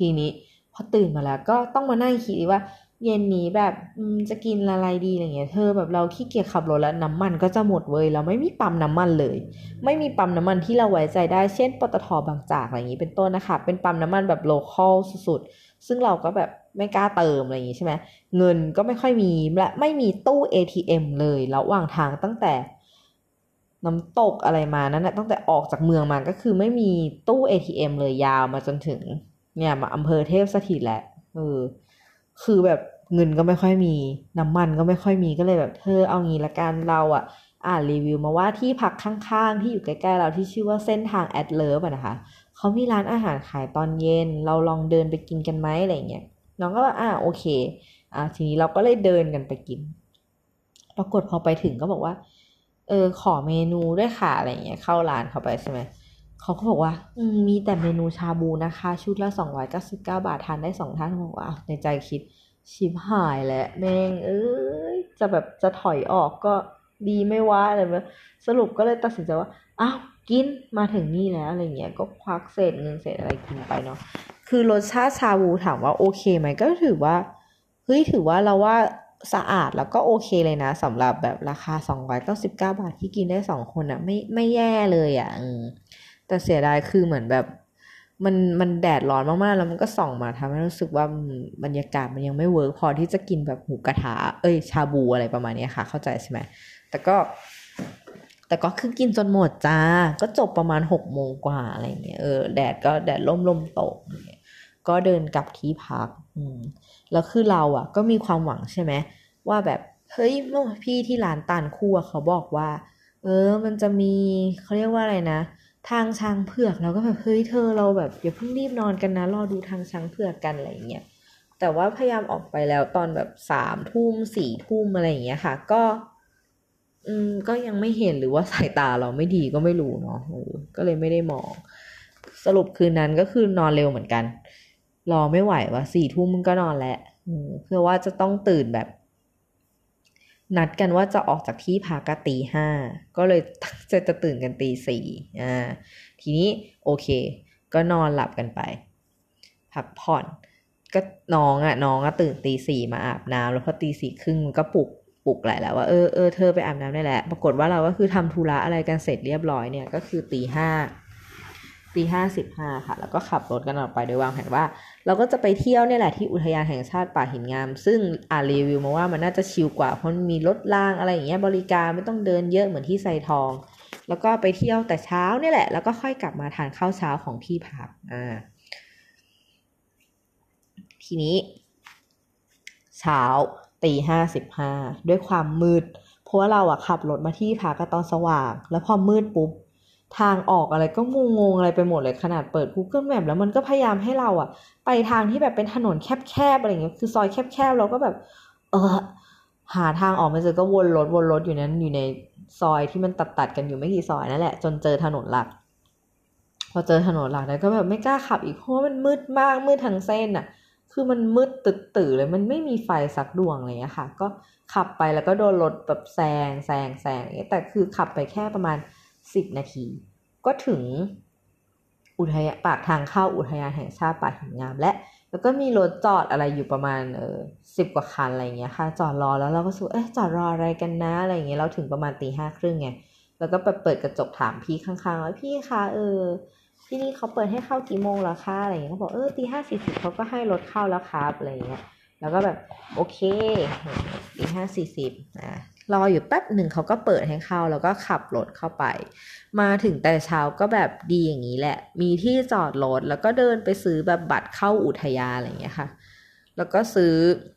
ทีนี้พอตื่นมาแล้วก็ต้องมานั่งคิดว่าเย็นนี้แบบจะกินอะไรดีอะไรเงี้ยเธอแบบเราขี้เกียจขับรถแล้วน้ำมันก็จะหมดเว้ยเราไม่มีปั๊มน้ำมันเลยไม่มีปั๊มน้ำมันที่เราไว้ใจได้เช่นปตท.บางจากอะไรอย่างนี้เป็นต้นนะคะเป็นปั๊มน้ำมันแบบโลคอลสุดๆซึ่งเราก็แบบไม่กล้าเติมอะไรอย่างนี้ใช่ไหมเงินก็ไม่ค่อยมีและไม่มีตู้ ATM เลยระหว่างทางตั้งแต่น้ำตกอะไรมานั่นแหละตั้งแต่ออกจากเมืองมาก็คือไม่มีตู้ ATM เลยยาวมาจนถึงเนี่ยมาอำเภอเทพสถิตแหละคือแบบเงินก็ไม่ค่อยมีน้ำมันก็ไม่ค่อยมีก็เลยแบบเธอเอางี้ละกันเราอ่านรีวิวมาว่าที่พักข้างๆที่อยู่ใกล้ๆเราที่ชื่อว่าเส้นทางแอดเลิฟนะคะเขามีร้านอาหารขายตอนเย็นเราลองเดินไปกินกันไหมอะไรเงี้ยน้องก็ว่าโอเคทีนี้เราก็เลยเดินกันไปกินปรากฏพอไปถึงก็บอกว่าขอเมนูด้วยค่ะอะไรเงี้ยเข้าร้านเข้าไปใช่ไหมเขาก็บอกว่ามีแต่เมนูชาบูนะคะชุดละ299 บาททานได้2ท่านบอกว่าในใจคิดชิบหายแล้วแม่งจะแบบจะถอยออกก็ดีไม่ว่าอะไรแบบสรุปก็เลยตัดสินใจว่ากินมาถึงนี่แล้วอะไรเงี้ยก็ควักเศษเงินเศษอะไรกินไปเนาะคือรสชาติชาบูถามว่าโอเคไหมก็ถือว่าถือว่าเราว่าสะอาดแล้วก็โอเคเลยนะสำหรับแบบราคา299 บาทที่กินได้2คนไม่แย่เลยแต่เสียดายคือเหมือนแบบมันแดดร้อนมากๆแล้วมันก็ส่องมาทำให้รู้สึกว่าบรรยากาศมันยังไม่เวิร์กพอที่จะกินแบบหมูกระทะชาบูอะไรประมาณนี้ค่ะเข้าใจใช่ไหมแต่ก็คือกินจนหมดจ้าก็จบประมาณ6 โมงกว่าอะไรเงี้ยแดดร่มตกก็เดินกลับที่พักแล้วคือเราก็มีความหวังใช่ไหมว่าแบบเฮ้ยเมื่อพี่ที่ร้านตาลคู่เขาบอกว่ามันจะมีเขาเรียกว่าอะไรนะทางช้างเผือกเราก็แบบเฮ้ยเธอเราแบบอย่าเพิ่งรีบนอนกันนะรอดูทางช้างเผือกกันอะไรเงี้ยแต่ว่าพยายามออกไปแล้วตอนแบบ3 ทุ่ม 4 ทุ่มอะไรอย่างเงี้ยค่ะก็ยังไม่เห็นหรือว่าสายตาเราไม่ดีก็ไม่รู้เนาะก็เลยไม่ได้มองสรุปคืนนั้นก็คือนอนเร็วเหมือนกันรอไม่ไหวว่า4 ทุ่มก็นอนแล้วเพื่อว่าจะต้องตื่นแบบนัดกันว่าจะออกจากที่พักกันตี 5ก็เลยจะตื่นกันตี 4ทีนี้โอเคก็นอนหลับกันไปพักผ่อนก็น้องตื่นตี 4มาอาบน้ำแล้วพอตี 4 ครึ่งก็ปลุกแหละแล้วว่าเธอไปอาบน้ำได้แล้วปรากฏว่าเราก็คือทำธุระอะไรกันเสร็จเรียบร้อยเนี่ยก็คือตี 5:15ค่ะแล้วก็ขับรถกันออกไปโดยวางแผนว่าเราก็จะไปเที่ยวเนี่ยแหละที่อุทยานแห่งชาติป่าหินงามซึ่งรีวิวมาว่ามันน่าจะชิลกว่าเพราะมีรถรางอะไรอย่างเงี้ยบริการไม่ต้องเดินเยอะเหมือนที่ไซทองแล้วก็ไปเที่ยวแต่เช้าเนี่ยแหละแล้วก็ค่อยกลับมาทานข้าวเช้าของที่พักทีนี้เช้าตี 5:15ด้วยความมืดเพราะว่าเราขับรถมาที่พักก็ตอนสว่างแล้วพอมืดปุ๊บทางออกอะไรก็งงอะไรไปหมดเลยขนาดเปิด Google Map แล้วมันก็พยายามให้เราไปทางที่แบบเป็นถนนแคบๆอะไรอย่างเงี้ยคือซอยแคบๆเราก็แบบหาทางออกไม่เจอก็วนรถอยู่นั้นอยู่ในซอยที่มันตัดกันอยู่ไม่กี่ซอยนั่นแหละจนเจอถนนหลักพอเจอถนนหลักแล้วก็แบบไม่กล้าขับอีกเพราะมันมืดมากมืดทั้งเส้นคือมันมืดตื่นเลยมันไม่มีไฟสักดวงอะไรอย่างเงี้ยค่ะก็ขับไปแล้วก็โดนรถแบบแซงแต่คือขับไปแค่ประมาณ10 นาทีก็ถึงปากทางเข้าอุทยานแห่งชาติป่าหินงามแล้วก็มีรถจอดอะไรอยู่ประมาณ10 กว่าคันอะไรเงี้ยค่ะจอดรอแล้วเราก็สูจอดรออะไรกันนะอะไรเงี้ยเราถึงประมาณตี 5:30ไงแล้วก็เปิดกระจกถามพี่ข้างๆว่าพี่คะที่นี่เขาเปิดให้เข้ากี่โมงแล้วคะอะไรเงี้ยเขาบอกตี 5:40เขาก็ให้รถเข้าแล้วครับอะไรเงี้ยแล้วก็แบบโอเคตี 5:40รออยู่แป๊บหนึ่งเขาก็เปิดให้เข้าแล้วก็ขับรถเข้าไปมาถึงแต่เช้าก็แบบดีอย่างนี้แหละมีที่จอดรถแล้วก็เดินไปซื้อแบบบัตรเข้าอุทยานอะไรเงี้ยค่ะแล้วก็ซื้อ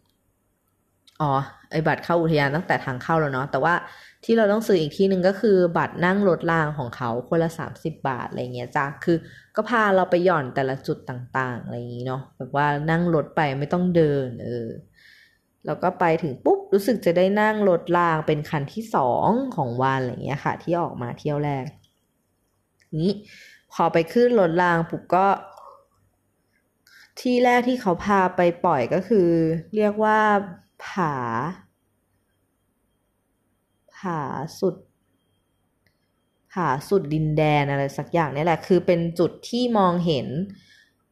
ไอ้บัตรเข้าอุทยานตั้งแต่ทางเข้าแล้วเนาะแต่ว่าที่เราต้องซื้ออีกที่นึงก็คือบัตรนั่งรถรางของเขาคนละ30 บาทอะไรเงี้ยจ้ะคือก็พาเราไปหย่อนแต่ละจุดต่างๆอะไรอย่างงี้เนาะแบบว่านั่งรถไปไม่ต้องเดินแล้วก็ไปถึงปุ๊บรู้สึกจะได้นั่งรถรางเป็นคันที่2ของวันอะไรเงี้ยค่ะที่ออกมาเที่ยวแรกนี้พอไปขึ้นรถรางปุ๊บก็ที่แรกที่เขาพาไปปล่อยก็คือเรียกว่าผาสุดดินแดนอะไรสักอย่างนี่แหละคือเป็นจุดที่มองเห็น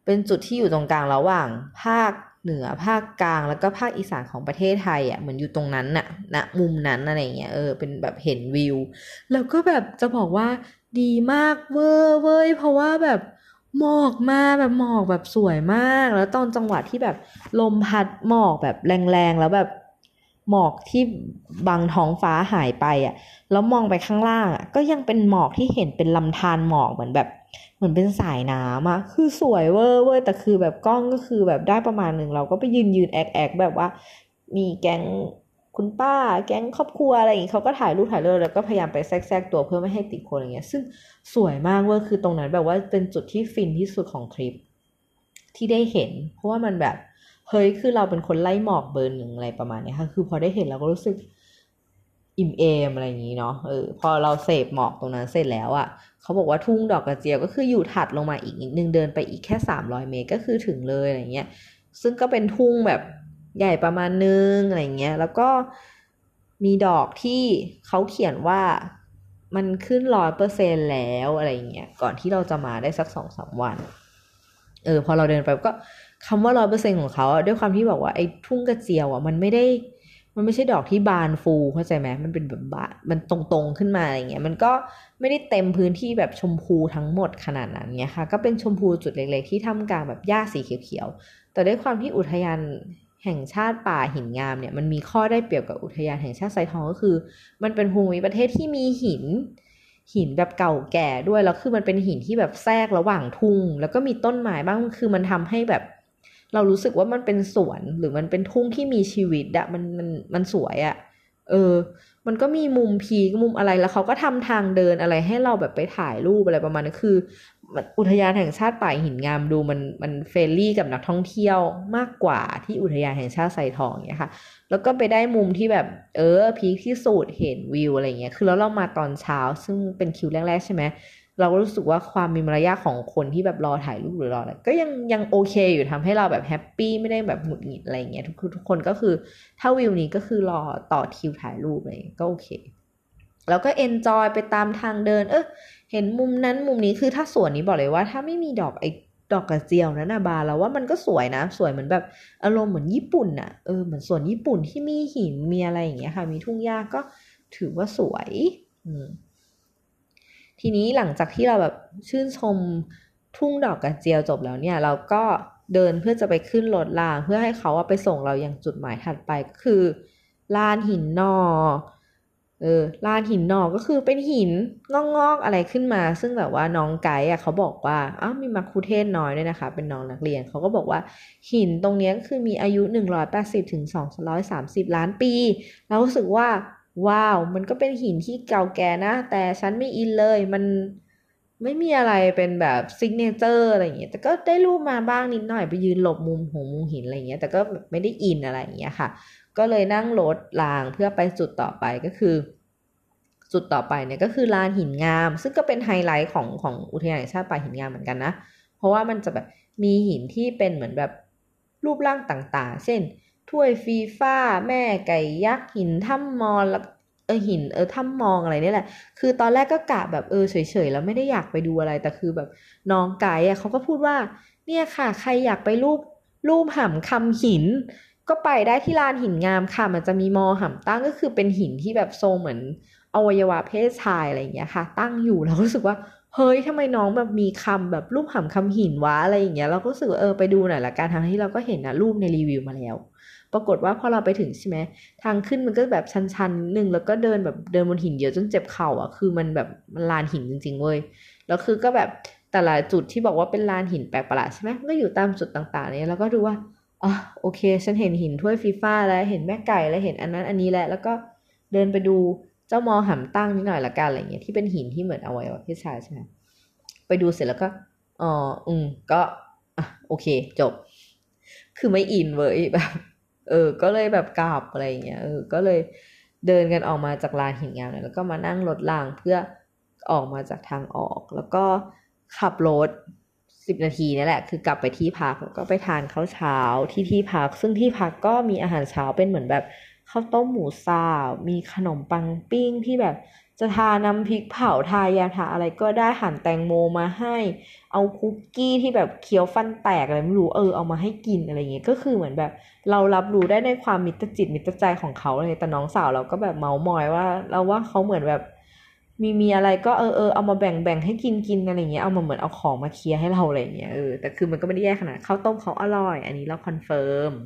เป็นจุดที่อยู่ตรงกลางระหว่างภาคเหนือภาคกลางแล้วก็ภาคอีสานของประเทศไทยอ่ะเหมือนอยู่ตรงนั้นน่ะณมุมนั้นอะไรเงี้ยเป็นแบบเห็นวิวแล้วก็แบบจะบอกว่าดีมากเวอร์เว้ยเพราะว่าแบบหมอกมาแบบหมอกแบบสวยมากแล้วตอนจังหวะที่แบบลมพัดหมอกแบบแรงๆแล้วแบบหมอกที่บังท้องฟ้าหายไปอ่ะแล้วมองไปข้างล่างอ่ะก็ยังเป็นหมอกที่เห็นเป็นลำธารหมอกเหมือนแบบเหมือนเป็นสายน้ำอะคือสวยเวอร์เว้ยแต่คือแบบกล้องก็คือแบบได้ประมาณหนึ่งเราก็ไปยืนแอกแบบว่ามีแก๊งคุณป้าแก๊งครอบครัวอะไรอย่างงี้เขาก็ถ่ายรูปถ่ายเลยแล้วก็พยายามไปแทรกตัวเพื่อไม่ให้ติดคนอะไรเงี้ยซึ่งสวยมากเว้ยคือตรงนั้นแบบว่าเป็นจุดที่ฟินที่สุดของทริปที่ได้เห็นเพราะว่ามันแบบเฮ้ยคือเราเป็นคนไล่หมอกเบอร์หนึ่งอะไรประมาณเนี้ยค่ะคือพอได้เห็นเราก็รู้สึกอิ่มเอมอะไรอย่างนี้เนาะพอเราเสพหมอกตรงนั้นเสร็จแล้วอ่ะเขาบอกว่าทุ่งดอกกระเจียวก็คืออยู่ถัดลงมาอีกนิดนึงเดินไปอีกแค่300 เมตรก็คือถึงเลยอะไรเงี้ยซึ่งก็เป็นทุ่งแบบใหญ่ประมาณนึงอะไรเงี้ยแล้วก็มีดอกที่เขาเขียนว่ามันขึ้น100%แล้วอะไรเงี้ยก่อนที่เราจะมาได้สัก2-3 วันพอเราเดินไปก็คำว่า100%ของเขาด้วยความที่บอกว่าไอ้ทุ่งกระเจียวอ่ะมันไม่ใช่ดอกที่บานฟูเข้าใจไหมมันเป็นแบบบานมันตรงๆขึ้นมาอะไรเงี้ยมันก็ไม่ได้เต็มพื้นที่แบบชมพูทั้งหมดขนาดนั้นเงี้ยค่ะก็เป็นชมพูจุดเล็กๆที่ท่ามกลางแบบหญ้าสีเขียวๆแต่ด้วยความที่อุทยานแห่งชาติป่าหินงามเนี่ยมันมีข้อได้เปรียบกับอุทยานแห่งชาติไซทองก็คือมันเป็นภูมิประเทศที่มีหินแบบเก่าแก่ด้วยแล้วคือมันเป็นหินที่แบบแทรกระหว่างทุ่งแล้วก็มีต้นไม้บ้างคือมันทำให้แบบเรารู้สึกว่ามันเป็นสวนหรือมันเป็นทุ่งที่มีชีวิตอะมันสวยอะมันก็มีมุมพีคมุมอะไรแล้วเขาก็ทำทางเดินอะไรให้เราแบบไปถ่ายรูปอะไรประมาณนั้นคืออุทยานแห่งชาติป่าหินงามดูมันเฟรนลี่กับนักท่องเที่ยวมากกว่าที่อุทยานแห่งชาติไซทองเนี่ยค่ะแล้วก็ไปได้มุมที่แบบพีคที่สุดเห็นวิวอะไรเงี้ยคือแล้วเรามาตอนเช้าซึ่งเป็นคิวแรกๆใช่ไหมเราก็รู้สึกว่าความมีมารยาทของคนที่แบบรอถ่ายรูปหรือรออะไรก็ยังโอเคอยู่ทำให้เราแบบแฮปปี้ไม่ได้แบบหงุดหงิดอะไรเงี้ยทุกคนก็คือถ้าวิวนี้ก็คือรอต่อคิวถ่ายรูปอะไรก็โอเคแล้วก็เอนจอยไปตามทางเดินเห็นมุมนั้นมุมนี้คือถ้าสวนนี้บอกเลยว่าถ้าไม่มีดอกกระเจียวนั้นนะบาแล้วว่ามันก็สวยนะสวยเหมือนแบบอารมณ์เหมือนญี่ปุ่นน่ะเหมือนสวนญี่ปุ่นที่มีหินมีอะไรอย่างเงี้ยค่ะมีทุ่งหญ้าก็ถือว่าสวยทีนี้หลังจากที่เราแบบชื่นชมทุ่งดอกกระเจียวจบแล้วเนี่ยเราก็เดินเพื่อจะไปขึ้นรถรางเพื่อให้เขาไปส่งเรายังจุดหมายถัดไปก็คือลานหินนอลานหินนอก็คือเป็นหินงอกๆอะไรขึ้นมาซึ่งแบบว่าน้องไกด์เขาบอกว่ามีมัคคุเทศน้อยด้วยนะคะเป็นน้องนักเรียนเขาก็บอกว่าหินตรงนี้ก็คือมีอายุ180 ถึง 230 ล้านปีเรารู้สึกว่าว้าวมันก็เป็นหินที่เก่าแก่นะแต่ฉันไม่อินเลยมันไม่มีอะไรเป็นแบบซิกเนเจอร์อะไรอย่างเงี้ยแต่ก็ได้รูปมาบ้างนิดหน่อยไปยืนหลบมุมของมุมหินอะไรอย่างเงี้ยแต่ก็ไม่ได้อินอะไรอย่างเงี้ยค่ะก็เลยนั่งรถรางเพื่อไปจุดต่อไปก็คือจุดต่อไปเนี่ยก็คือลานหินงามซึ่งก็เป็นไฮไลท์ของอุทยานแห่งชาติป่าหินงามเหมือนกันนะเพราะว่ามันจะแบบมีหินที่เป็นเหมือนแบบรูปร่างต่างๆเช่นถ้วยฟีฟ่าแม่ไก่ยักษ์หินถ้ำมอญแล้วหินถ้ำมองอะไรนี่แหละคือตอนแรกก็กะแบบเฉยๆแล้วไม่ได้อยากไปดูอะไรแต่คือแบบน้องไกด์เขาก็พูดว่าเนี่ยค่ะใครอยากไปรูปหำคำหินก็ไปได้ที่ลานหินงามค่ะมันจะมีมอหำตั้งก็คือเป็นหินที่แบบทรงเหมือนอวัยวะเพศชายอะไรอย่างเงี้ยค่ะตั้งอยู่แล้วก็รู้สึกว่าเฮ้ยทำไมน้องแบบมีคำแบบรูปหำคำหินวะอะไรอย่างเงี้ยเราก็รู้สึกว่าไปดูหน่อยละกันทั้งที่เราก็เห็นนะรูปในรีวิวมาแล้วปรากฏว่าพอเราไปถึงใช่ไหมทางขึ้นมันก็แบบชันๆนิดนึงแล้วก็เดินแบบเดินบนหินเยอะจนเจ็บเข่าอ่ะคือมันแบบมันลานหินจริงๆเว้ยแล้วคือก็แบบแต่ละจุดที่บอกว่าเป็นลานหินแปลกประหลาดใช่ไหมก็อยู่ตามจุดต่างๆเนี่ยแล้วก็ดูว่าโอเคฉันเห็นหินถ้วยฟีฟ่าแล้วเห็นแม่ไก่แล้วเห็นอันนั้นอันนี้แล้วก็เดินไปดูเจ้ามอหำตั้งนิดหน่อยละกันอะไรเงี้ยที่เป็นหินที่เหมือนอวัยวะเพศชายใช่ไหมไปดูเสร็จแล้วก็ก็โอเคจบคือไม่อินเว้ยแบบก็เลยแบบกลับอะไรเงี้ยก็เลยเดินกันออกมาจากลานหินงามเนี่ยแล้วก็มานั่งรถรางเพื่อออกมาจากทางออกแล้วก็ขับรถ10 นาทีนี่แหละคือกลับไปที่พักแล้วก็ไปทานข้าวเช้าที่พักซึ่งที่พักก็มีอาหารเช้าเป็นเหมือนแบบข้าวต้มหมูสับมีขนมปังปิ้งที่แบบจจะทาน้ำพริกเผาทายาทาอะไรก็ได้หั่นแตงโมมาให้เอาคุกกี้ที่แบบเคี้ยวฟันแตกอะไรไม่รู้เอามาให้กินอะไรเงี้ยก็คือเหมือนแบบเรารับรู้ได้ในความมิตรจิตมิตรใจของเขาเลยแต่น้องสาวเราก็แบบเมามอยว่าเราว่าเขาเหมือนแบบมีอะไรก็เอามาแบ่งให้กินอะไรเงี้ยเอามาเหมือนเอาของมาเคลียร์ให้เราอะไรเงี้ยแต่คือมันก็ไม่ได้แย่ขนาดข้าวต้มเขาอร่อยอันนี้เราคอนเฟิร์ม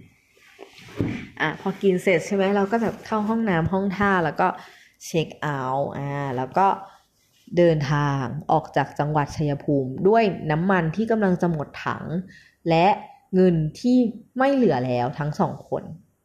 พอกินเสร็จใช่ไหมเราก็แบบเข้าห้องน้ำห้องท่าแล้วก็เช็คเอาท์แล้วก็เดินทางออกจากจังหวัดชัยภูมิด้วยน้ำมันที่กำลังจะหมดถังและเงินที่ไม่เหลือแล้วทั้ง2 คน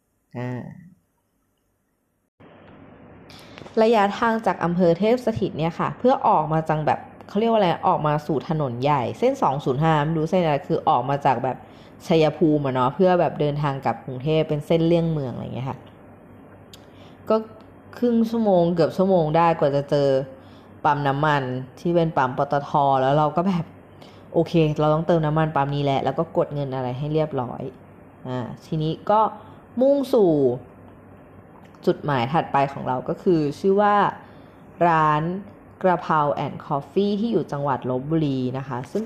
ระยะทางจากอำเภอเทพสถิตเนี่ยค่ะเพื่อออกมาจังแบบเขาเรียกว่าอะไรออกมาสู่ถนนใหญ่เส้น205ไม่รู้เส้นอะไรคือออกมาจากแบบชัยภูมิเนาะเพื่อแบบเดินทางกลับกรุงเทพเป็นเส้นเลี่ยงเมืองอะไรเงี้ยค่ะก็ครึ่งชั่วโมงเกือบชั่วโมงได้กว่าจะเจอปั๊มน้ำมันที่เป็นปั๊มปตท.แล้วเราก็แบบโอเคเราต้องเติมน้ำมันปั๊มนี้แหละแล้วก็กดเงินอะไรให้เรียบร้อยทีนี้ก็มุ่งสู่จุดหมายถัดไปของเราก็คือชื่อว่าร้านกระเพราแอนด์คอฟฟี่ที่อยู่จังหวัดลพบุรีนะคะซึ่ง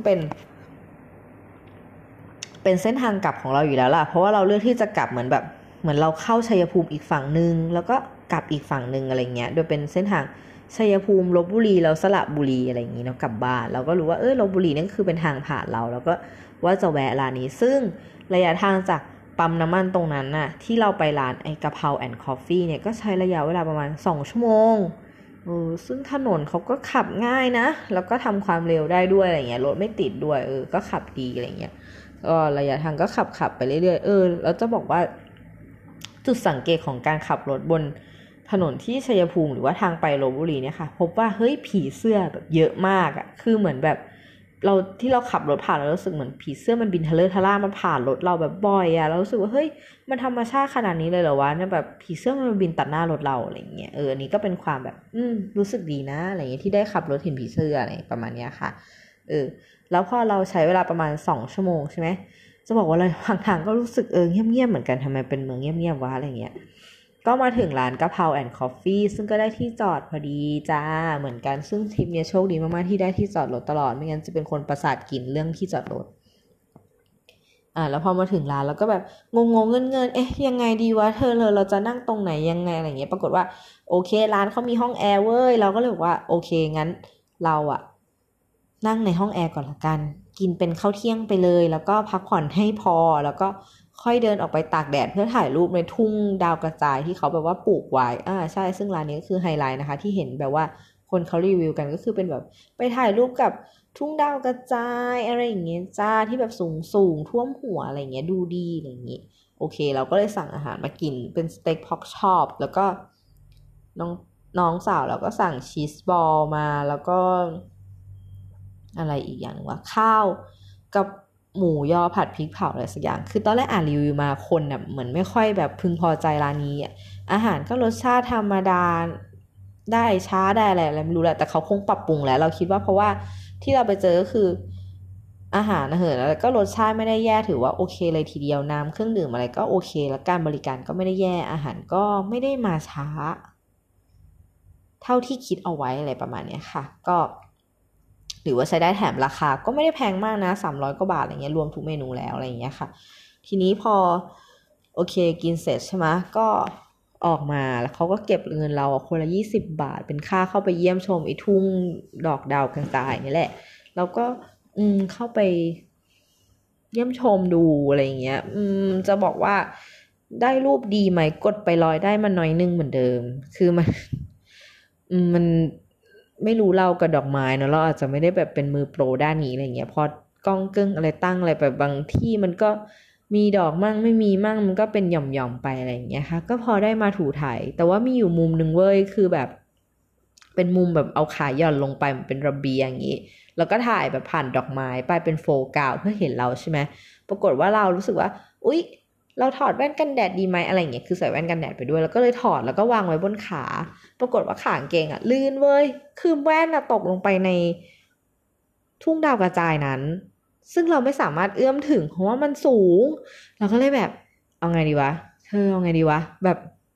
เป็นเส้นทางกลับของเราอยู่แล้วล่ะเพราะว่าเราเลือกที่จะกลับเหมือนเราเข้าชัยภูมิอีกฝั่งนึงแล้วก็กลับอีกฝั่งนึงอะไรเงี้ยโดยเป็นเส้นทางชัยภูมิลพบุรีแล้วสระบุรีอะไรอย่างงี้เนาะกลับบ้านเราก็รู้ว่าลพบุรีนั่นคือเป็นทางผ่านเราแล้วก็ว่าจะแวะร้านนี้ซึ่งระยะทางจากปั๊มน้ำมันตรงนั้นน่ะที่เราไปร้านไอ้กะเพราแอนด์คอฟฟี่เนี่ยก็ใช้ระยะเวลาประมาณ2 ชั่วโมงซึ่งถนนเขาก็ขับง่ายนะแล้วก็ทำความเร็วได้ด้วยอะไรเงี้ยรถไม่ติดด้วยก็ขับดีอะไรเงี้ยก็ระยะทางก็ขับไปเรื่อยๆแล้วจะบอกว่าจุดสังเกตของการขับรถบนถนนที่ชัยภูมิหรือว่าทางไปลพบุรีเนี่ยค่ะพบว่าเฮ้ยผีเสื้อแบบเยอะมากคือเหมือนแบบที่เราขับรถผ่านเรารู้สึกเหมือนผีเสื้อมันบินทะเลทะล่ามันผ่านรถเราแบบบ่อยเรารู้สึกว่าเฮ้ยมันธรรมชาติขนาดนี้เลยเหรอวะเนี่ยแบบผีเสื้อมันบินตัดหน้ารถเราอะไรเงี้ยอันนี้ก็เป็นความแบบรู้สึกดีนะอะไรเงี้ยที่ได้ขับรถเห็นผีเสื้ออะไรประมาณเนี้ยค่ะแล้วพอเราใช้เวลาประมาณ2 ชั่วโมงใช่ไหมจะบอกว่าเราทางก็รู้สึกเงียบๆเหมือนกันทำไมเป็นเมืองเงียบๆวะอะไรเงี้ยก็มาถึงร้านกะเพราแอนด์คอฟฟี่ซึ่งก็ได้ที่จอดพอดีจ้าเหมือนกันซึ่งทริปเนี้ยโชคดีมากๆที่ได้ที่จอดรถตลอดไม่งั้นจะเป็นคนประสาทกินเรื่องที่จอดรถแล้วพอมาถึงร้านแล้วก็แบบงงเงินยังไงดีวะเธอเราจะนั่งตรงไหนยังไงอะไรเงี้ยปรากฏว่าโอเคร้านเขามีห้องแอร์เว้ยเราก็เลยบอกว่าโอเคงั้นเรานั่งในห้องแอร์ก่อนละกันกินเป็นข้าวเที่ยงไปเลยแล้วก็พักผ่อนให้พอแล้วก็ค่อยเดินออกไปตากแดดเพื่อถ่ายรูปในทุ่งดาวกระจายที่เขาแบบว่าปลูกไว้ใช่ซึ่งร้านนี้ก็คือไฮไลท์นะคะที่เห็นแบบว่าคนเขารีวิวกันก็คือเป็นแบบไปถ่ายรูปกับทุ่งดาวกระจายอะไรอย่างเงี้ยจ้าที่แบบสูงท่วมหัวอะไรเงี้ยดูดีอะไรอย่างงี้โอเคเราก็เลยสั่งอาหารมากินเป็นสเต็กพ็อกช็อปแล้วก็น้องสาวเราก็สั่งชีสบอลมาแล้วก็อะไรอีกอย่างนึงว่าข้าวกับหมูยอผัดพริกเผาอะไรสักอย่างคือตอนแรกอ่านรีวิวมาคนเหมือนไม่ค่อยแบบพึงพอใจร้านนี้อาหารก็รสชาติธรรมดาได้ช้าได้อะไรไม่รู้แหละแต่เขาคงปรับปรุงแล้วเราคิดว่าเพราะว่าที่เราไปเจอก็คืออาหารแล้วก็รสชาติไม่ได้แย่ถือว่าโอเคเลยทีเดียวน้ำเครื่องดื่มอะไรก็โอเคแล้วการบริการก็ไม่ได้แย่อาหารก็ไม่ได้มาช้าเท่าที่คิดเอาไว้อะไรประมาณนี้ค่ะก็หรือว่าใช้ได้แถมราคาก็ไม่ได้แพงมากนะ300 กว่าบาทอะไรเงี้ยรวมทุกเมนูแล้วอะไรเงี้ยค่ะทีนี้พอโอเคกินเสร็จใช่ไหมก็ออกมาแล้วเขาก็เก็บเงินเราคนละ20 บาทเป็นค่าเข้าไปเยี่ยมชมไอ้ทุ่งดอกดาวกระจายนี่แหละแล้วก็เข้าไปเยี่ยมชมดูอะไรเงี้ยจะบอกว่าได้รูปดีไหมกดไป100ได้มันน้อยนึงเหมือนเดิมคือมันไม่รู้เรากับดอกไม้เนอะเราอาจจะไม่ได้แบบเป็นมือโปรด้านนี้อะไรเงี้ยพอกล้องกึ้งอะไรตั้งอะไรแบบบางที่มันก็มีดอกมั่งไม่มีมั่งมันก็เป็นหย่อมๆไปอะไรอย่างเงี้ยค่ะก็พอได้มาถูถ่ายแต่ว่ามีอยู่มุมนึงเว้ยคือแบบเป็นมุมแบบเอาขาหย่อนลงไปมันเป็นระเบียงอย่างงี้แล้วก็ถ่ายแบบผ่านดอกไม้ไปเป็นโฟกัสเพื่อเห็นเราใช่ไหมปรากฏว่าเรารู้สึกว่าอุ๊ยเราถอดแว่นกันแดดดีไหมอะไรเงี้ยคือใส่แว่นกันแดดไปด้วยแล้วก็เลยถอดแล้วก็วางไว้บนขาปรากฏว่าขากางเกงลื่นเว้ยคือแว่นตกลงไปในทุ่งดาวกระจายนั้นซึ่งเราไม่สามารถเอื้อมถึงเพราะว่ามันสูงเราก็เลยแบบเอาไงดีวะเอาไงดีวะแบบ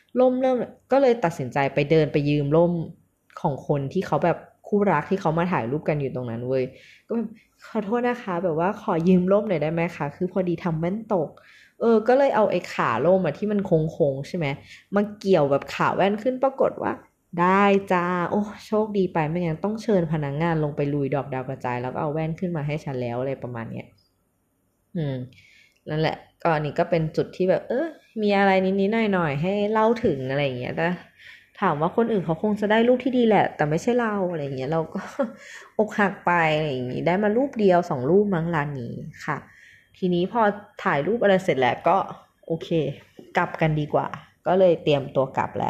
ร่มเริ่มก็เลยตัดสินใจไปเดินไปยืมร่มของคนที่เขาแบบคู่รักที่เขามาถ่ายรูปกันอยู่ตรงนั้นเว้ยก็แบบขอโทษนะคะแบบว่าขอยืมร่มหน่อยได้ไหมคะคือพอดีทำแว่นตกก็เลยเอาไอ้ขาร่มที่มันโค้งๆใช่ไหมมาเกี่ยวแบบขาแว่นขึ้นปรากฏว่าได้จ้าโอ้โชคดีไปไม่งั้นต้องเชิญพนักงานลงไปลุยดอกดาวกระจายแล้วก็เอาแว่นขึ้นมาให้ฉันแล้วอะไรประมาณเนี้ยนั่นแหละก็อันนี้ก็เป็นจุดที่แบบมีอะไรนิดๆหน่อยๆให้เล่าถึงอะไรอย่างเงี้ยแต่ถามว่าคนอื่นเขาคงจะได้รูปที่ดีแหละแต่ไม่ใช่เราอะไรอย่างเงี้ยเราก็ อกหักไปอะไรอย่างงี้ได้มารูปเดียว2รูปมั้งร้านนี้ค่ะ ทีนี้พอถ่ายรูปอะไรเสร็จแล้วก็โอเคกลับกันดีกว่าก็เลยเตรียมตัวกลับแหละ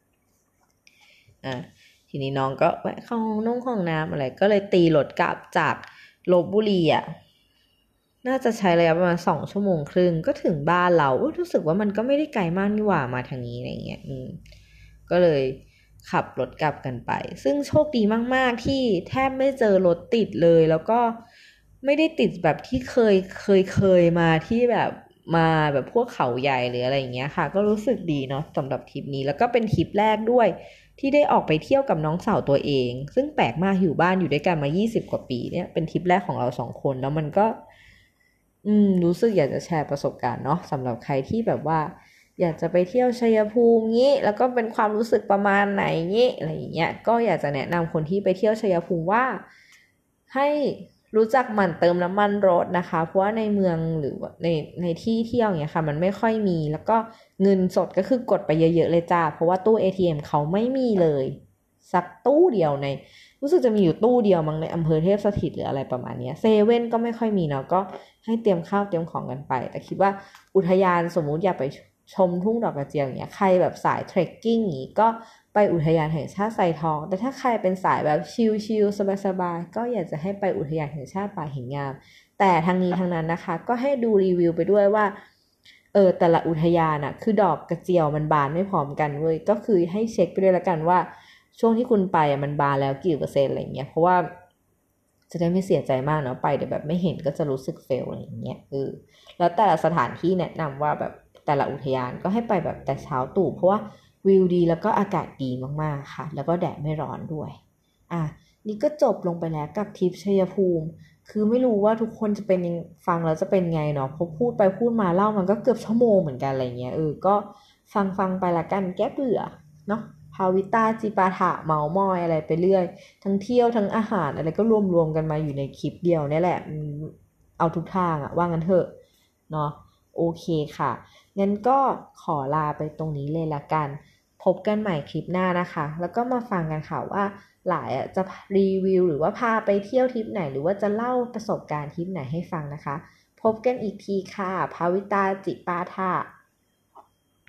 ทีนี้น้องก็แวะเข้าห้องน้ำอะไรก็เลยตีรถกลับจากลพบุรีน่าจะใช้ระยะประมาณ2 ชั่วโมงครึ่งก็ถึงบ้านเรารู้สึกว่ามันก็ไม่ได้ไกลมากนี่หว่ามาทางนี้อะไรเงี้ยก็เลยขับรถกลับกันไปซึ่งโชคดีมากๆที่แทบไม่เจอรถติดเลยแล้วก็ไม่ได้ติดแบบที่เคยมาที่แบบมาแบบพวกเขาใหญ่หรืออะไรอย่างเงี้ยค่ะก็รู้สึกดีเนาะสำหรับทริปนี้แล้วก็เป็นทริปแรกด้วยที่ได้ออกไปเที่ยวกับน้องสาวตัวเองซึ่งแปลกมากอยู่บ้านอยู่ด้วยกันมา20 กว่าปีเนี่ยเป็นทริปแรกของเรา2 คนแล้วมันก็รู้สึกอยากจะแชร์ประสบการณ์เนาะสำหรับใครที่แบบว่าอยากจะไปเที่ยวชัยภูมิงี้แล้วก็เป็นความรู้สึกประมาณไหนงี้อะไรอย่างเงี้ยก็อยากจะแนะนำคนที่ไปเที่ยวชัยภูมิว่าให้รู้จักหมั่นเติมน้ำมันรถนะคะเพราะว่าในเมืองหรือว่าในที่เที่ยวเงี้ยค่ะมันไม่ค่อยมีแล้วก็เงินสดก็คือกดไปเยอะๆเลยจ้าเพราะว่าตู้ ATM เขาไม่มีเลยสักตู้เดียวรู้สึกจะมีอยู่ตู้เดียวมั้งในอำเภอเทพสถิตหรืออะไรประมาณนี้เซเว่นก็ไม่ค่อยมีเนาะก็ให้เตรียมข้าวเตรียมของกันไปแต่คิดว่าอุทยานสมมุติอยากไปชมทุ่งดอกกระเจียวอย่างเงี้ยใครแบบสายเทรคกิ้งอย่างงี้ก็ไปอุทยานแห่งชาติไซทองแต่ถ้าใครเป็นสายแบบชิลๆสบายๆก็อยากจะให้ไปอุทยานแห่งชาติป่าหินงามแต่ทั้งนี้ทั้งนั้นนะคะก็ให้ดูรีวิวไปด้วยว่าแต่ละอุทยานคือดอกกระเจียวมันบานไม่พร้อมกันเว้ยก็คือให้เช็คไปด้วยแล้วกันว่าช่วงที่คุณไปมันบานแล้วกี่เปอร์เซ็นต์อะไรเงี้ยเพราะว่าจะได้ไม่เสียใจมากเนาะไปเดี๋ยวแบบไม่เห็นก็จะรู้สึกเฟลอะไรอย่างเงี้ยแล้วแต่ละสถานที่แนะนำว่าแบบแต่ละอุทยานก็ให้ไปแบบแต่เช้าตรู่เพราะว่าวิวดีแล้วก็อากาศดีมากๆค่ะแล้วก็แดดไม่ร้อนด้วยนี่ก็จบลงไปแล้วกับทริปชัยภูมิคือไม่รู้ว่าทุกคนจะเป็นฟังแล้วจะเป็นไงเนาะพอพูดไปพูดมาเล่ามันก็เกือบชั่วโมงเหมือนกันอะไรเงี้ยก็ฟังไปละกันแก้เบื่อเนาะภาวิต้าจิปาถะเมามอยอะไรไปเรื่อยทั้งเที่ยวทั้งอาหารอะไรก็รวมกันมาอยู่ในคลิปเดียวนี่แหละเอาทุกทางว่างั้นเถอะเนาะโอเคค่ะงั้นก็ขอลาไปตรงนี้เลยละกันพบกันใหม่คลิปหน้านะคะแล้วก็มาฟังกันค่ะว่าหลายจะรีวิวหรือว่าพาไปเที่ยวทริปไหนหรือว่าจะเล่าประสบการณ์ทริปไหนให้ฟังนะคะพบกันอีกทีค่ะภาวิตาจิปาถะ